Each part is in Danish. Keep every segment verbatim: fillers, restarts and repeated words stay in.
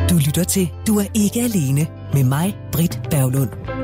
Du lytter til Du er ikke alene med mig, Britt Berglund.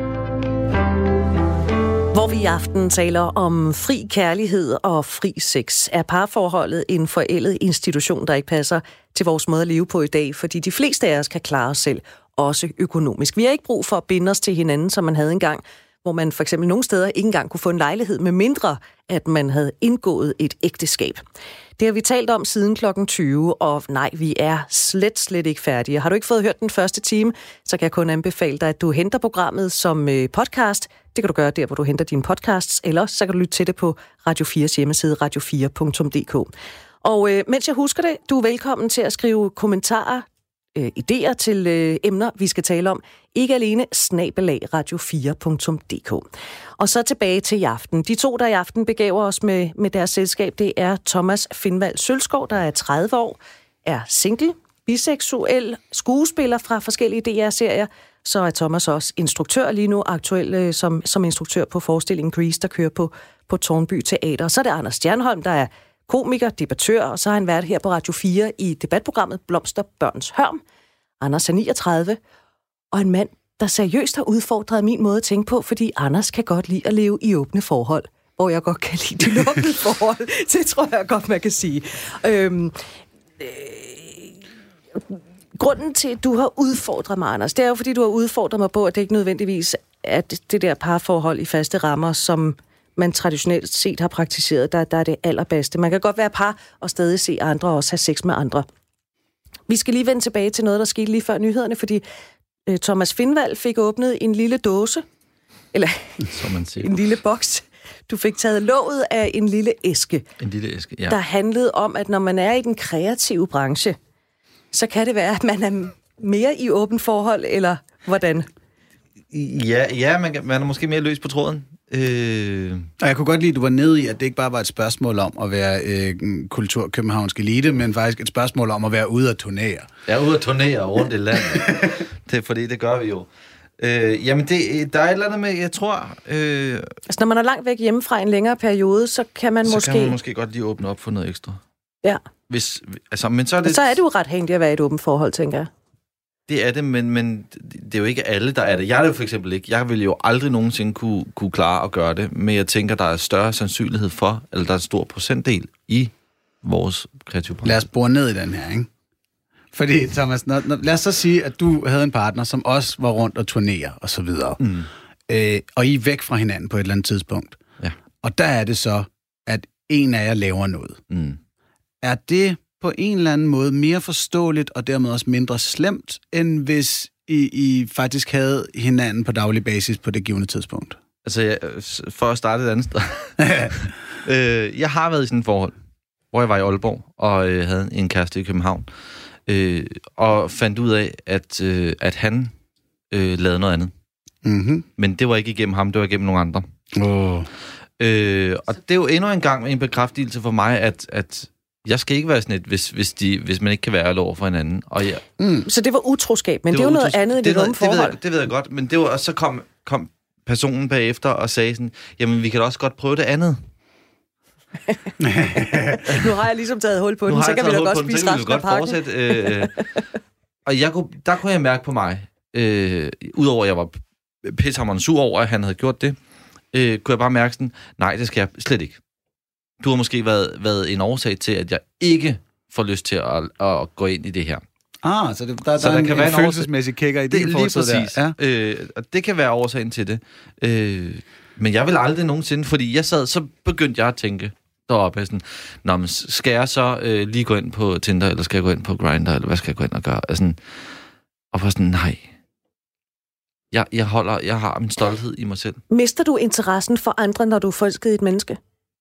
Hvor vi i aften taler om fri kærlighed og fri sex. Er parforholdet en forældet institution, der ikke passer til vores måde at leve på i dag? Fordi de fleste af os kan klare os selv, også økonomisk. Vi har ikke brug for at binde os til hinanden, som man havde engang, hvor man for eksempel nogle steder ikke engang kunne få en lejlighed, med mindre at man havde indgået et ægteskab. Det har vi talt om siden klokken tyve, og nej, vi er slet, slet ikke færdige. Har du ikke fået hørt den første time, så kan jeg kun anbefale dig, at du henter programmet som podcast. Det kan du gøre der, hvor du henter dine podcasts, eller så kan du lytte til det på Radio fires hjemmeside, radio fire punktum d k. Og øh, mens jeg husker det, du er velkommen til at skrive kommentarer, øh, idéer til øh, emner, vi skal tale om. Ikke alene, snabelag radio fire punktum d k. Og så tilbage til i aften. De to, der i aften begaver os med, med deres selskab, det er Thomas Findvald Sølskov, der er tredive år, er single, biseksuel, skuespiller fra forskellige D R-serier. Så er Thomas også instruktør lige nu, aktuel øh, som, som instruktør på forestillingen Grease, der kører på, på Tårnby Teater. Og så er det Anders Stjernholm, der er komiker, debattør, og så har han været her på Radio fire i debatprogrammet Blomster Børns Hørm. Anders er niogtredive, og en mand, der seriøst har udfordret min måde at tænke på, fordi Anders kan godt lide at leve i åbne forhold, hvor jeg godt kan lide de lukkede forhold. Det tror jeg godt, man kan sige. Øhm, øh, grunden til, at du har udfordret mig, Anders, det er jo, fordi du har udfordret mig på, at det ikke nødvendigvis er det der parforhold i faste rammer, som man traditionelt set har praktiseret, der, der er det allerbedste. Man kan godt være par og stadig se andre og også have sex med andre. Vi skal lige vende tilbage til noget, der skete lige før nyhederne, fordi øh, Thomas Findvald fik åbnet en lille dåse, eller som man siger. En lille boks. Du fik taget låget af en lille æske. En lille æske, ja. Der handlede om, at når man er i den kreative branche, så kan det være, at man er mere i åbent forhold, eller hvordan? Ja, ja man, kan, man er måske mere løs på tråden. Øh... Og jeg kunne godt lide, at du var nede i, at det ikke bare var et spørgsmål om at være øh, kultur-københavnsk elite, men faktisk et spørgsmål om at være ude at turnere. Ja, ude at turnere rundt i landet. Det er fordi, det gør vi jo. Øh, jamen, det, der er et eller andet med, jeg tror... Øh... Altså, når man er langt væk hjemmefra en længere periode, så kan man så måske... Så kan man måske godt lige åbne op for noget ekstra. Ja. Hvis, altså, men så er det... Og så er det jo ret handy at være i et åbent forhold, tænker jeg. Det er det, men, men det er jo ikke alle, der er det. Jeg er det jo for eksempel ikke. Jeg vil jo aldrig nogensinde kunne, kunne klare at gøre det, men jeg tænker, der er større sandsynlighed for, eller der er en stor procentdel i vores kreative branche. Lad os bore ned i den her, ikke? Fordi, Thomas, når, når, lad os så sige, at du havde en partner, som også var rundt og turnerer, og så videre. Mm. Øh, og I er væk fra hinanden på et eller andet tidspunkt. Ja. Og der er det så, at en af jer laver noget. Mm. Er det på en eller anden måde mere forståeligt, og dermed også mindre slemt, end hvis I, I faktisk havde hinanden på daglig basis på det givne tidspunkt? Altså, jeg, for at starte et andet sted. øh, jeg har været i sådan et forhold, hvor jeg var i Aalborg, og øh, havde en kæreste i København, øh, og fandt ud af, at, øh, at han øh, lavede noget andet. Mm-hmm. Men det var ikke igennem ham, det var igennem nogle andre. Oh. Øh, og det er jo endnu en gang en bekræftelse for mig, at, at jeg skal ikke være sådan et, hvis, hvis, de, hvis man ikke kan være over for hinanden. Og jeg, mm. Så det var utroskab, men det, det er jo noget andet end det åbne forhold. Det ved, jeg, det ved jeg godt, men det var, og så kom, kom personen bagefter og sagde sådan, jamen vi kan da også godt prøve det andet. Nu har jeg ligesom taget hul på den, så kan vi da godt spise resten af pakken. Fortsætte, øh, og jeg kunne, der kunne jeg mærke på mig, øh, udover at jeg var pissehammerende sur over, at han havde gjort det, øh, kunne jeg bare mærke sådan, nej, det skal jeg slet ikke. Du har måske været, været en årsag til, at jeg ikke får lyst til at, at gå ind i det her. Ah, så, det, der, så der, der er en, kan være en følelsesmæssig kigger i det, det lige præcis. Der. Ja. Øh, og det kan være årsagen til det. Øh, men jeg vil aldrig nogensinde, fordi jeg sad, så begyndte jeg at tænke deroppe, sådan, nå, men skal jeg så øh, lige gå ind på Tinder, eller skal jeg gå ind på Grindr, eller hvad skal jeg gå ind og gøre? Altså, og for sådan, nej. Jeg, jeg, holder, jeg har min stolthed i mig selv. Mister du interessen for andre, når du er forelsket i et menneske?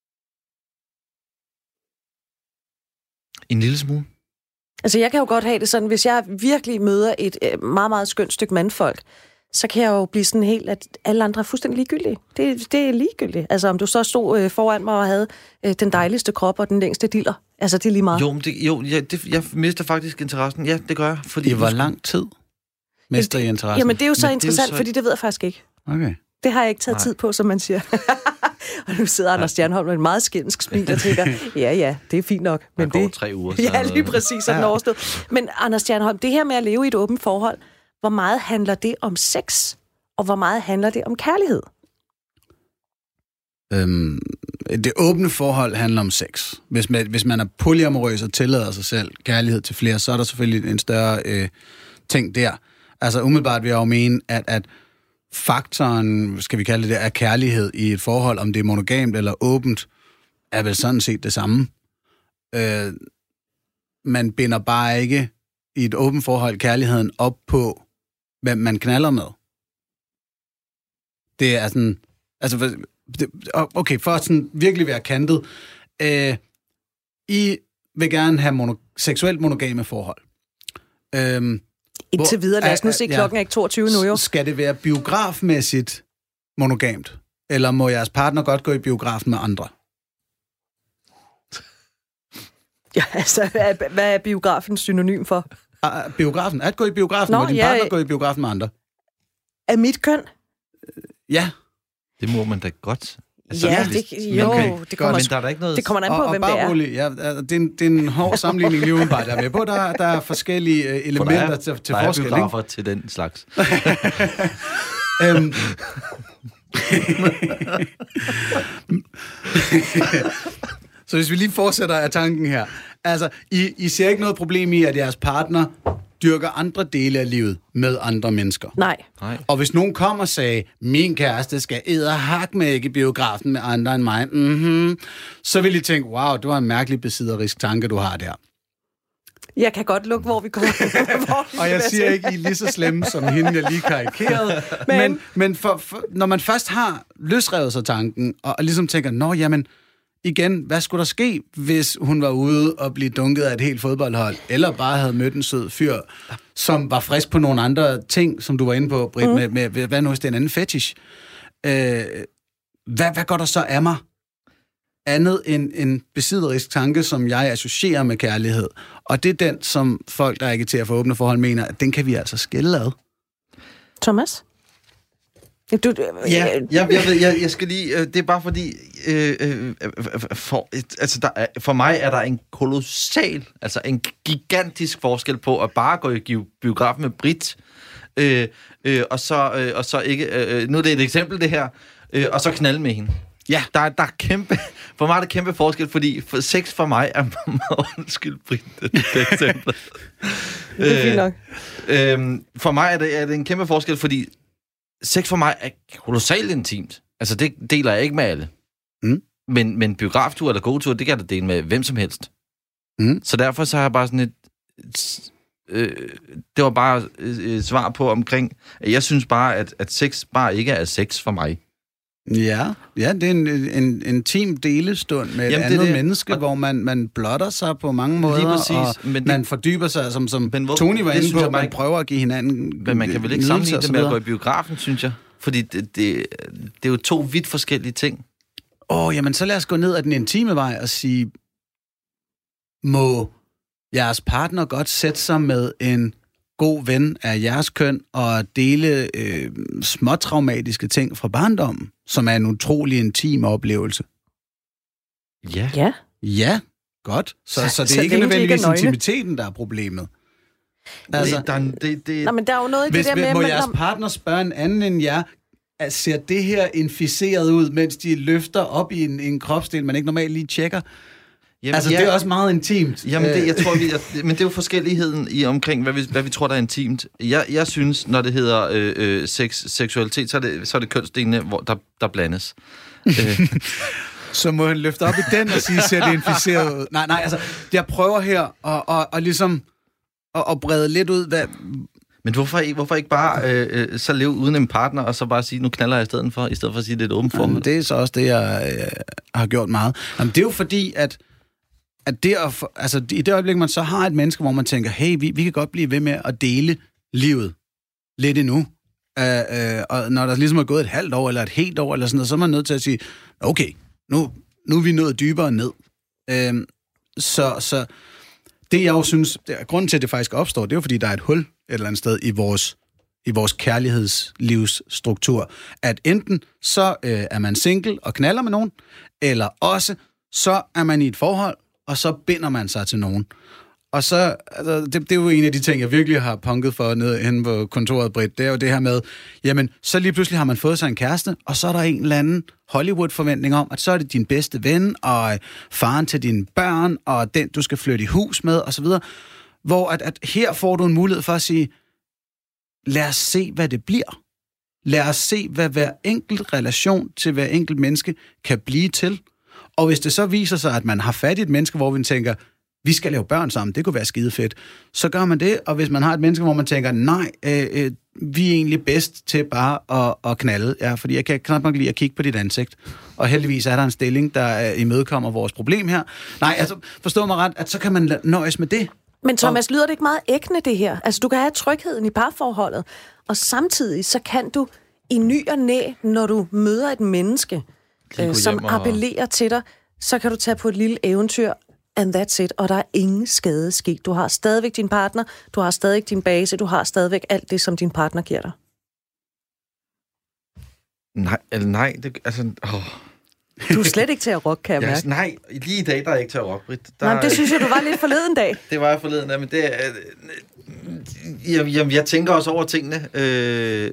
En lille smule. Altså, jeg kan jo godt have det sådan, hvis jeg virkelig møder et meget, meget skønt stykke mandfolk, så kan jeg jo blive sådan helt, at alle andre er fuldstændig ligegyldige. Det, det er ligegyldigt. Altså, om du så stod øh, foran mig og havde øh, den dejligste krop og den længste diller. Altså, det er lige meget. Jo, det, jo ja, det, jeg mister faktisk interessen. Ja, det gør jeg. Fordi I hvor lang tid mister I interessen? Jamen, det er jo så Men interessant, jo så... fordi det ved jeg faktisk ikke. Okay. Det har jeg ikke taget Nej. tid på, som man siger. Og nu sidder Anders Stjernholm med en meget skænsk smil og tænker, ja, ja, det er fint nok. Men der går det... tre uger. Så ja, lige præcis, sådan ja. overstået. Men Anders Stjernholm, det her med at leve i et åbent forhold, hvor meget handler det om sex, og hvor meget handler det om kærlighed? Øhm, det åbne forhold handler om sex. Hvis man, hvis man er polyamorøs og tillader sig selv kærlighed til flere, så er der selvfølgelig en større øh, ting der. Altså umiddelbart vil jeg jo mene, at, at faktoren, skal vi kalde det, er kærlighed i et forhold, om det er monogamt eller åbent, er vel sådan set det samme. Øh, man binder bare ikke i et åbent forhold kærligheden op på, hvem man knaller med. Det er sådan... Altså, okay, for at sådan virkelig være kantet. Øh, I vil gerne have mono- seksuelt monogame forhold. Øh, Indtil videre, lad os nu se, klokken er ikke toogtyve nu jo. Skal det være biografmæssigt monogamt? Eller må jeres partner godt gå i biografen med andre? Ja, altså, hvad er biografen synonym for? Ah, biografen? At gå i biografen? Nå, må din ja, partner gå i biografen med andre? Er mit køn? Ja. Det må man da godt. Altså, ja, det, jo, okay, det kommer, men der er der ikke noget... det kommer an på, og, hvem og det er. Rolig, ja, det, er en, det er en hård sammenligning lige udenbart, der er med på. Der, der er forskellige uh, elementer er, til, til der er forskel. Der er biografer til den slags. øhm, Så hvis vi lige fortsætter af tanken her. Altså, I, I ser ikke noget problem i, at jeres partner dyrker andre dele af livet med andre mennesker. Nej. Nej. Og hvis nogen kommer og sagde, min kæreste skal æde og hakke med ikke i biografen med andre end mig, mm-hmm, så vil I tænke, wow, det var en mærkelig besidderisk tanke, du har der. Jeg kan godt lukke, hvor vi kommer. hvor vi og jeg siger ikke, I er lige så slemme, som hende, jeg lige karikerede. Men, men, men for, for, når man først har løsrevet sig tanken, og, og ligesom tænker, nå, jamen, igen, hvad skulle der ske, hvis hun var ude og blive dunket af et helt fodboldhold, eller bare havde mødt en sød fyr, som var frisk på nogle andre ting, som du var inde på, Britt, mm. med, med, med, hvad nu hvis det er en anden fetish? Øh, hvad, hvad går der så af mig? Andet end en besidderisk tanke, som jeg associerer med kærlighed. Og det er den, som folk, der agiterer for åbne forhold, mener, at den kan vi altså skille ad. Thomas? Du, ja, jeg, jeg, jeg, jeg, jeg skal lige... Det er bare fordi... Øh, øh, for, altså der er, for mig er der en kolossal, altså en gigantisk forskel på at bare gå i biografen med Britt, øh, øh, og, så, øh, og så ikke... Øh, nu er det et eksempel, det her, øh, og så knalde med hende. Ja, der, der er kæmpe... For mig er det kæmpe forskel, fordi for sex for mig er meget... Undskyld, Britt, det, det eksempel. Det er fint nok. Øh, øh, for mig er det, er det en kæmpe forskel, fordi sex for mig er kolossalt intimt. Altså, det deler jeg ikke med alle. Mm. Men, men biograftur eller gåtur, det kan jeg da dele med hvem som helst. Mm. Så derfor så har jeg bare sådan et... Øh, det var bare et svar på omkring... Jeg synes bare, at, at sex bare ikke er sex for mig. Ja, ja, det er en, en, en intim delestund med Jamen, et andet det, menneske, og hvor man, man blotter sig på mange måder, og men det, man fordyber sig, som, som hvor, Tony var inde på, man, man prøver at give hinanden... Men man kan vel ikke sammenligne det med at gå i biografen, synes jeg? Fordi det, det, det er jo to vidt forskellige ting. Åh, oh, jamen så lad os gå ned ad den intime vej og sige, må jeres partner godt sætte sig med en god ven af jeres køn og dele øh, småtraumatiske ting fra barndommen, som er en utrolig intim oplevelse? Ja. Ja. Ja, godt. Så, så, så det er så ikke det nødvendigvis ikke intimiteten, der er problemet. Altså, det, der, det, det... Nå, men der er jo noget i hvis, det der med... Må man, jeres partner spørge en anden end jer, at ser det her inficeret ud, mens de løfter op i en, en kropsdel, man ikke normalt lige tjekker? Jamen, altså, ja, det er også meget intimt. Jamen, det, jeg tror, vi, jeg, men det er jo forskelligheden i omkring, hvad vi, hvad vi tror, der er intimt. Jeg, jeg synes, når det hedder øh, øh, sex, seksualitet, så er det, så er det kønsdelene, hvor der, der blandes. øh. Så må han løfte op i den og sige, ser det inficeret ud? Nej, nej, altså, jeg prøver her at, at, at ligesom at, at brede lidt ud, hvad... Men hvorfor, hvorfor ikke bare øh, så leve uden en partner, og så bare sige, nu knaller jeg i stedet for, i stedet for at sige, det er et åbent forhold? Det er så også det, jeg øh, har gjort meget. Jamen, det er jo fordi, at at det at, altså, i det øjeblik, man så har et menneske, hvor man tænker, hey, vi, vi kan godt blive ved med at dele livet lidt endnu. Øh, øh, og når der ligesom er gået et halvt år, eller et helt år, eller sådan noget, så er man nødt til at sige, okay, nu, nu er vi nået dybere ned. Øh, så, så det, jeg jo synes, det, grunden til, at det faktisk opstår, det er jo, fordi der er et hul et eller andet sted i vores, i vores kærlighedslivsstruktur, at enten så øh, er man single og knaller med nogen, eller også så er man i et forhold, og så binder man sig til nogen. Og så, altså, det, det er jo en af de ting, jeg virkelig har punket for nede henne på kontoret, Britt, det er jo det her med, jamen, så lige pludselig har man fået sig en kæreste, og så er der en eller anden Hollywood-forventning om, at så er det din bedste ven, og faren til dine børn, og den, du skal flytte i hus med, og så videre. Hvor at, at her får du en mulighed for at sige, lad os se, hvad det bliver. Lad os se, hvad hver enkelt relation til hver enkelt menneske kan blive til. Og hvis det så viser sig, at man har fat i et menneske, hvor vi tænker, vi skal lave børn sammen, det kunne være skide fedt, så gør man det. Og hvis man har et menneske, hvor man tænker, nej, øh, øh, vi er egentlig bedst til bare at, at knalde, ja, fordi jeg kan knap nok lide at kigge på dit ansigt. Og heldigvis er der en stilling, der imødekommer vores problem her. Nej, altså, forstå mig ret, at så kan man nøjes med det. Men Thomas, lyder det ikke meget ægende, det her? Altså, du kan have trygheden i parforholdet, og samtidig så kan du i ny og næ, når du møder et menneske, øh, som og... appellerer til dig, så kan du tage på et lille eventyr, and that's it, og der er ingen skade sket. Du har stadigvæk din partner, du har stadigvæk din base, du har stadigvæk alt det, som din partner giver dig. Nej, eller nej, det, altså... Åh. Du er slet ikke til at rock, kan jeg mærke. Ja, nej, lige i dag, der er jeg ikke til at rock, Britt. Der... Nej, det synes jeg, du var lidt forleden dag. Det var jeg forleden dag, men det er... Jamen, jeg, jeg tænker også over tingene. Øh...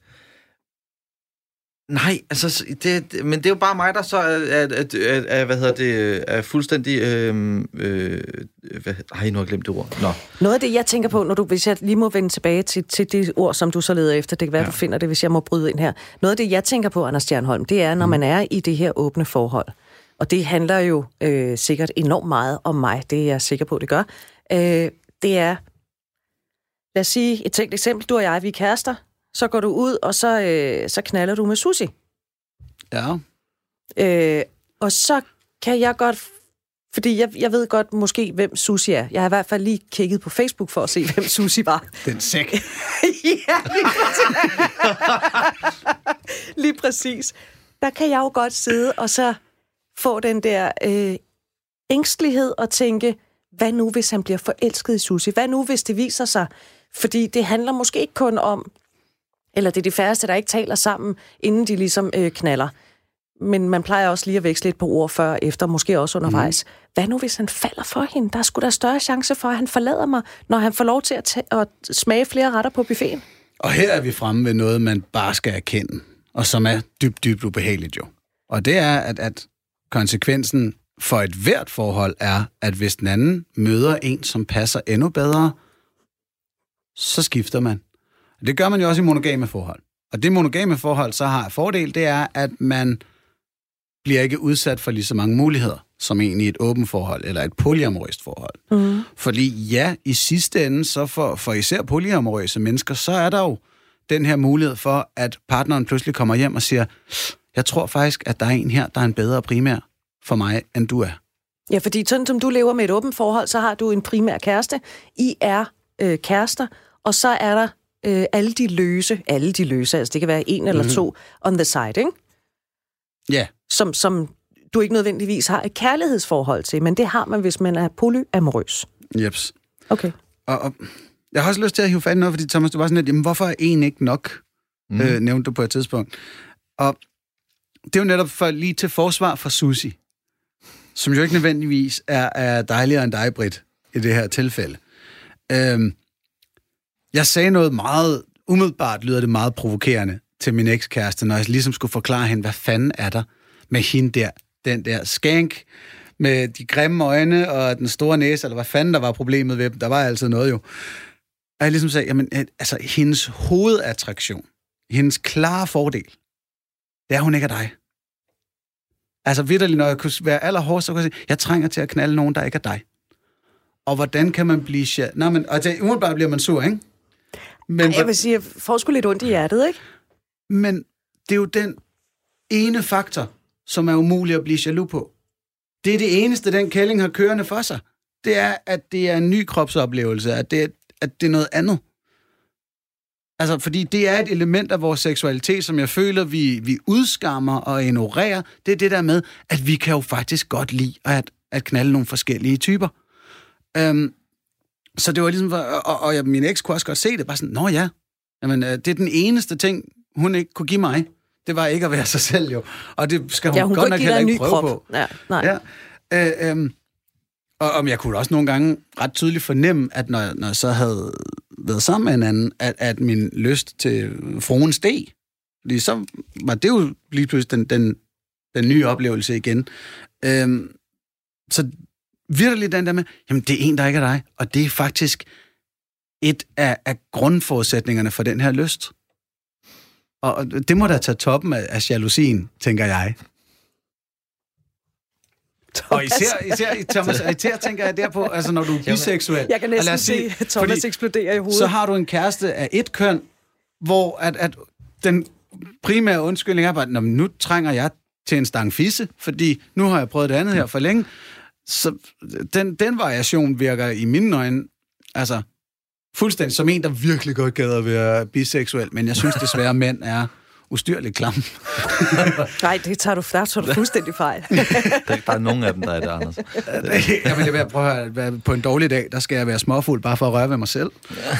Nej, altså, det, men det er jo bare mig, der så er, er, er, er hvad hedder det, er fuldstændig, øh, øh, hvad, ej, nu har jeg glemt det ord. Nå. Noget af det, jeg tænker på, når du, hvis jeg lige må vende tilbage til, til det ord, som du så leder efter, det kan være, ja. Du finder det, hvis jeg må bryde ind her. Noget af det, jeg tænker på, Anders Stjernholm, det er, når mm. man er i det her åbne forhold, og det handler jo øh, sikkert enormt meget om mig, det er jeg sikker på, det gør, øh, det er, lad os sige, et tænkt eksempel, du og jeg, vi er kærester, så går du ud, og så, øh, så knaller du med Susie. Ja. Øh, og så kan jeg godt... Fordi jeg, jeg ved godt måske, hvem Susie er. Jeg har i hvert fald lige kigget på Facebook for at se, hvem Susie var. Den sæk. Ja, lige præcis. Lige præcis. Der kan jeg jo godt sidde og så få den der øh, ængstelighed og tænke, hvad nu, hvis han bliver forelsket i Susie? Hvad nu, hvis det viser sig? Fordi det handler måske ikke kun om, eller det er de færreste, der ikke taler sammen, inden de ligesom øh, knaller. Men man plejer også lige at veksle lidt på ord før og efter, måske også undervejs. Mm. Hvad nu, hvis han falder for hende? Der er sgu da større chance for, at han forlader mig, når han får lov til at, t- at smage flere retter på buffeten. Og her er vi fremme ved noget, man bare skal erkende, og som er dybt, dybt ubehageligt jo. Og det er, at, at konsekvensen for et hvert forhold er, at hvis den anden møder en, som passer endnu bedre, så skifter man. Det gør man jo også i monogame forhold. Og det monogame forhold så har fordel, det er, at man bliver ikke udsat for lige så mange muligheder, som egentlig et åbent forhold eller et polyamorøst forhold. Mm. Fordi ja, i sidste ende, så for, for især polyamorøse mennesker, så er der jo den her mulighed for, at partneren pludselig kommer hjem og siger, jeg tror faktisk, at der er en her, der er en bedre primær for mig, end du er. Ja, fordi sådan som du lever med et åbent forhold, så har du en primær kæreste. I er øh, kærester, og så er der øh, alle de løse, alle de løse, altså det kan være en eller mm-hmm. to on the side, ikke? Ja. Yeah. Som, som du ikke nødvendigvis har et kærlighedsforhold til, men det har man, hvis man er polyamorøs. Jeps. Okay. Og, og jeg har også lyst til at hive fat i noget, fordi Thomas, du var sådan lidt, jamen hvorfor er en ikke nok, mm. øh, nævnte du på et tidspunkt. Og det er jo netop for, lige til forsvar for Susie, som jo ikke nødvendigvis er, er dejligere end dig, Britt, i det her tilfælde. Øhm, jeg sagde noget meget, umiddelbart lyder det meget provokerende til min ekskæreste, når jeg ligesom skulle forklare hende, hvad fanden er der med hende der, den der skank, med de grimme øjne og den store næse, eller hvad fanden der var problemet ved dem. Der var altid noget jo. Og jeg ligesom sagde, jamen, altså, hendes hovedattraktion, hendes klare fordel, det er, hun ikke er dig. Altså vitterligt, når jeg kunne være allerhårdest, så kunne jeg sige, jeg trænger til at knalde nogen, der ikke er dig. Og hvordan kan man blive... Nå, men, og det, umiddelbart bliver man sur, ikke? Men, Ej, jeg vil sige, jeg får sgu lidt ondt i hjertet, ikke? Men det er jo den ene faktor, som er umulig at blive jaloux på. Det er det eneste, den kælling har kørende for sig. Det er, at det er en ny kropsoplevelse, at det er, at det er noget andet. Altså, fordi det er et element af vores seksualitet, som jeg føler, vi, vi udskammer og ignorerer. Det er det der med, at vi kan jo faktisk godt lide at, at knalde nogle forskellige typer. Um, så det var ligesom, og, og, og min eks kunne også godt se det, bare sådan, nå ja, Jamen, øh, det er den eneste ting, hun ikke kunne give mig. Det var ikke at være sig selv, jo. Og det skal hun, ja, hun godt nok heller ikke prøve krop. på. Ja, nej. Ja, øh, øh, og om jeg kunne også nogle gange ret tydeligt fornemme, at når, når jeg så havde været sammen med en anden, at, at min lyst til fruen steg. Fordi så var det jo lige pludselig den, den, den nye oplevelse igen. Øh, så virkelig den der med, jamen det er en, der ikke er dig, og det er faktisk et af, af grundforudsætningerne for den her lyst. Og det må da tage toppen af, af jalousien, tænker jeg. Thomas. Og især, især, Thomas, især tænker jeg derpå, altså når du er biseksuel. Jeg kan næsten sige, se Thomas eksplodere i hovedet. Så har du en kæreste af et køn, hvor at, at den primære undskyldning er bare, nu trænger jeg til en stang fisse, fordi nu har jeg prøvet det andet her for længe. Så den, den variation virker i mine øjne, altså fuldstændig som en, der virkelig godt gad at være biseksuel, men jeg synes desværre, at mænd er ustyrligt klamme. Nej, det tager du, der tager du fuldstændig fejl. der, der er nogen af dem, der er det, Anders. Jamen, det vil jeg prøve at høre, på en dårlig dag, der skal jeg være småfuld, bare for at røre ved mig selv.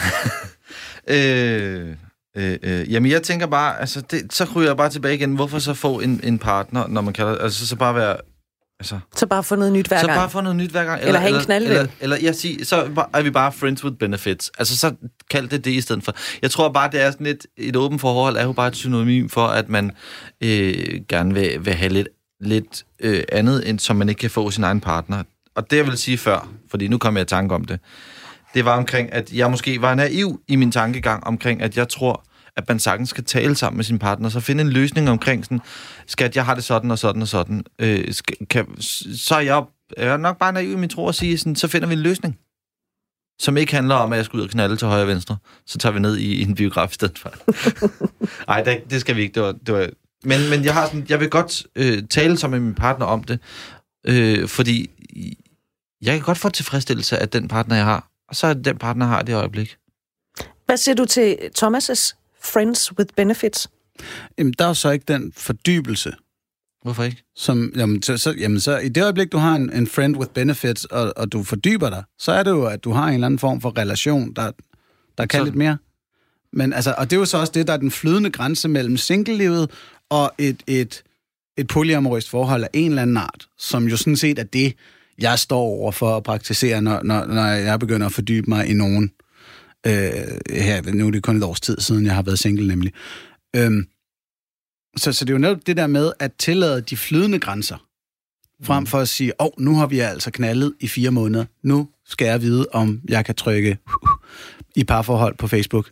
øh, øh, øh, jamen, jeg tænker bare, altså, det, så ryger jeg bare tilbage igen. Hvorfor så få en, en partner, når man kalder det, altså så bare være... Altså, så bare få noget nyt hver gang. Så bare få noget nyt hver gang. Eller, eller have en knaldvel. Eller, eller jeg siger, så er vi bare friends with benefits. Altså, så kald det det i stedet for. Jeg tror bare, det er sådan et, et åbent forhold, er jo bare et synonym for, at man øh, gerne vil, vil have lidt, lidt øh, andet, end som man ikke kan få sin egen partner. Og det, jeg vil sige før, fordi nu kommer jeg i tanke om det, det var omkring, at jeg måske var naiv i min tankegang omkring, at jeg tror, at man sagtens skal tale sammen med sin partner, så finde en løsning omkring sådan, skat, jeg har det sådan og sådan og sådan. Øh, skal, kan, så er jeg, er jeg nok bare naiv i min tro at sige, sådan, så finder vi en løsning, som ikke handler om, at jeg skal ud og knalde til højre og venstre. Så tager vi ned i en biograf i stedet for. Nej, det, det skal vi ikke. Det var, det var, men, men jeg, har sådan, jeg vil godt øh, tale sammen med min partner om det, øh, fordi jeg kan godt få tilfredsstillelse af den partner, jeg har, og så er det den partner, jeg har i det øjeblik. Hvad siger du til Thomas' friends with benefits? Jamen, der er så ikke den fordybelse. Hvorfor ikke? Som, jamen, så, så, jamen, så i det øjeblik, du har en, en friend with benefits, og, og du fordyber dig, så er det jo, at du har en eller anden form for relation, der, der kan så... lidt mere. Men, altså, og det er jo så også det, der er den flydende grænse mellem single-livet og et, et, et polyamorøst forhold af en eller anden art, som jo sådan set er det, jeg står over for at praktisere, når, når, når jeg begynder at fordybe mig i nogen. Øh, her, nu er det kun et års tid siden, jeg har været single nemlig. Øhm, så, så det er jo netop det der med at tillade de flydende grænser, frem for at sige, åh, oh, nu har vi altså knaldet i fire måneder, nu skal jeg vide, om jeg kan trykke uh, i parforhold på Facebook.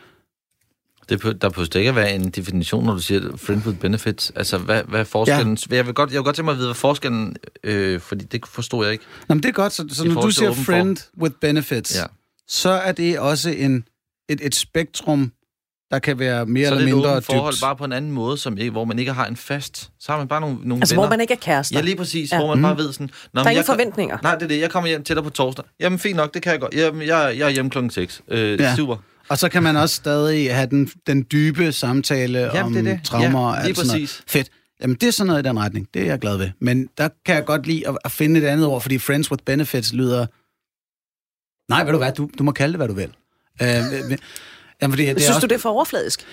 Det, der behøver ikke at være en definition, når du siger friend with benefits. Altså, hvad, hvad er forskellen? Ja. Jeg vil godt, jeg vil godt tænke mig at vide, hvad forskellen, øh, fordi det forstår jeg ikke. Nå, men det er godt, så, så når du siger friend for... with benefits, ja. Så er det også en, et, et spektrum, der kan være mere eller mindre dybt. Så er det et forhold bare på en anden måde, som, hvor man ikke har en fast. Så har man bare nogle, nogle altså, venner. hvor man ikke er kærester. Ja, lige præcis. Ja. Hvor man mm. bare ved sådan... Der er ingen forventninger. Nej, det er det. Jeg kommer hjem til dig på torsdag. Jamen, fint nok, det kan jeg godt. Jamen, jeg, jeg er hjemme klokken seks. Øh, ja. Super. Og så kan man også stadig have den, den dybe samtale Jamen, om det det. traumer og alt sådan noget. Fedt. Jamen, det er sådan noget i den retning. Det er jeg glad ved. Men der kan jeg godt lide at, at finde et andet ord, fordi friends with benefits lyder... Nej, ved du hvad? Du, du må kalde det, hvad du vil. Øh, jamen, fordi det Synes er også... du, det er for overfladisk?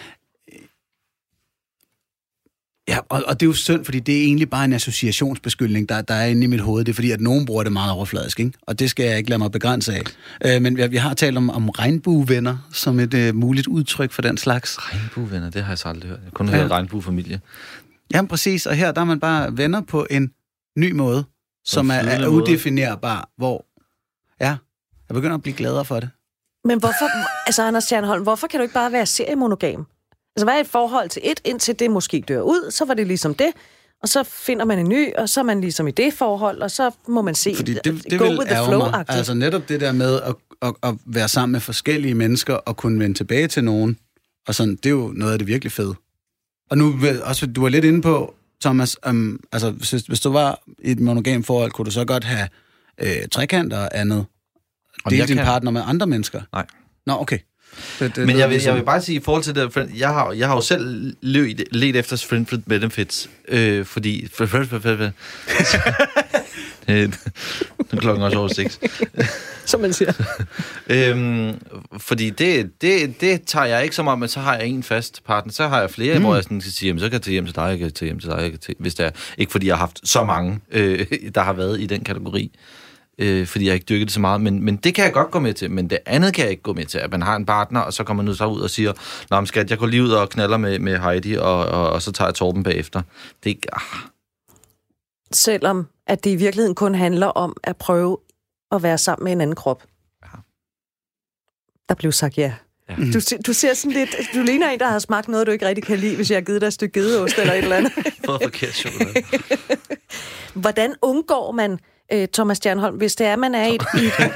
Ja, og, og det er jo synd, fordi det er egentlig bare en associationsbeskyldning, der, der er inde i mit hoved. Det er fordi, at nogen bruger det meget overfladisk, ikke? Og det skal jeg ikke lade mig begrænse af. Øh, men vi, vi har talt om, om regnbuevenner som et uh, muligt udtryk for den slags. Regnbuevenner, det har jeg så aldrig hørt. Jeg har kun hørt ja. regnbuefamilie. Jamen præcis, og her der er man bare venner på en ny måde, som er, er udefinerbar, hvor... Ja, jeg begynder at blive gladere for det. Men hvorfor, altså Anders Tjernholm, hvorfor kan du ikke bare være seriemonogam? Altså, hvad er et forhold til et, indtil det måske dør ud, så var det ligesom det, og så finder man en ny, og så er man ligesom i det forhold, og så må man se, fordi det, det go with the flow-agtigt. Altså netop det der med at, at, at være sammen med forskellige mennesker, og kunne vende tilbage til nogen, og sådan, det er jo noget af det virkelig fede. Og nu, også du var lidt inde på, Thomas, um, altså hvis, hvis du var i et monogam forhold, kunne du så godt have øh, trekanter og andet, dele din kan... partner med andre mennesker? Nej. Nå, okay. Det, det, Men jeg vil, jeg vil bare sige, i forhold til det, jeg har, jeg har jo selv let efter friend with benefits, øh, fordi... Nu er klokken også over seks. Som man siger. øhm, fordi det, det, det tager jeg ikke som om, at så har jeg en fast partner. Så har jeg flere, mm. hvor jeg sådan skal sige, jamen, så kan jeg tage hjem til dig, jeg kan tage hjem til dig, jeg kan tage, hvis det er. Ikke fordi jeg har haft så mange, øh, der har været i den kategori. Øh, fordi jeg ikke dyrket det så meget. Men, men det kan jeg godt gå med til. Men det andet kan jeg ikke gå med til. At man har en partner, og så kommer man så ud og siger, nå, men skat, jeg går lige ud og knaller med, med Heidi, og, og, og så tager jeg Torben bagefter. Det er ikke... Ah. Selvom at det i virkeligheden kun handler om at prøve at være sammen med en anden krop. Ja. Der blev sagt ja. ja. Du, du ser sådan lidt... Du ligner en, der har smagt noget, du ikke rigtig kan lide, hvis jeg har givet dig et stykke gedeost eller et eller andet. Fået forkert chokolade. Hvordan undgår man, øh, Thomas Stjernholm, hvis det er, man er i et... i et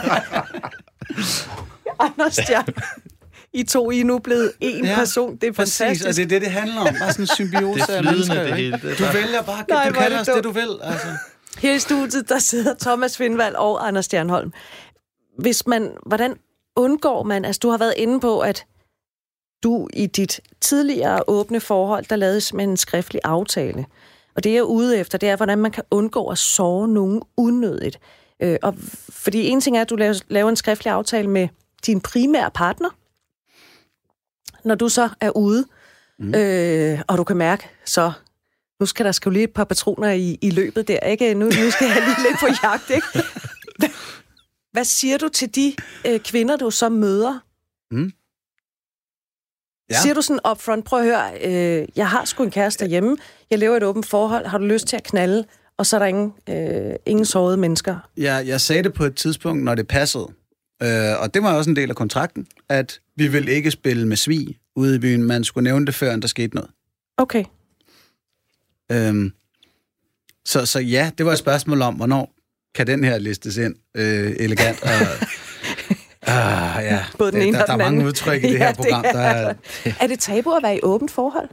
Anders Stjern. I to I er nu blevet én ja, person. Det er præcis, fantastisk. og det er det, det handler om. Bare sådan en symbiose af mennesker. Det hele. Du vælger bare, Nej, du kalder os det, du vil. Altså. Her i studiet, der sidder Thomas Findvald og Anders Stjernholm. Hvis man, hvordan undgår man, altså du har været inde på, at du i dit tidligere åbne forhold, der lavede med en skriftlig aftale. Og det jeg er ude efter, det er, hvordan man kan undgå at såre nogen unødigt. Øh, og fordi en ting er, at du laver, laver en skriftlig aftale med din primære partner, når du så er ude, mm. øh, og du kan mærke, så nu skal der sgu lige et par patroner i, i løbet der, ikke? Nu, nu skal jeg lige lidt på jagt, ikke? Hvad, hvad siger du til de øh, kvinder, du så møder? Mm. Ja. Siger du sådan upfront, prøv at høre, øh, jeg har sgu en kæreste derhjemme, jeg lever et åbent forhold, har du lyst til at knalde, og så er der ingen, øh, ingen sårede mennesker? Ja, jeg sagde det på et tidspunkt, når det passede. Øh, og det var også en del af kontrakten, at vi ville ikke spille med svig ude i byen. Man skulle nævne det, før der skete noget. Okay. Øhm, så, så ja, det var et spørgsmål om, hvornår kan den her listes ind øh, elegant. Og, ah, ja. Både den det, ene der, og der den er mange anden. udtryk i det her program. Det er, der er, er det tabu at være i åbent forhold?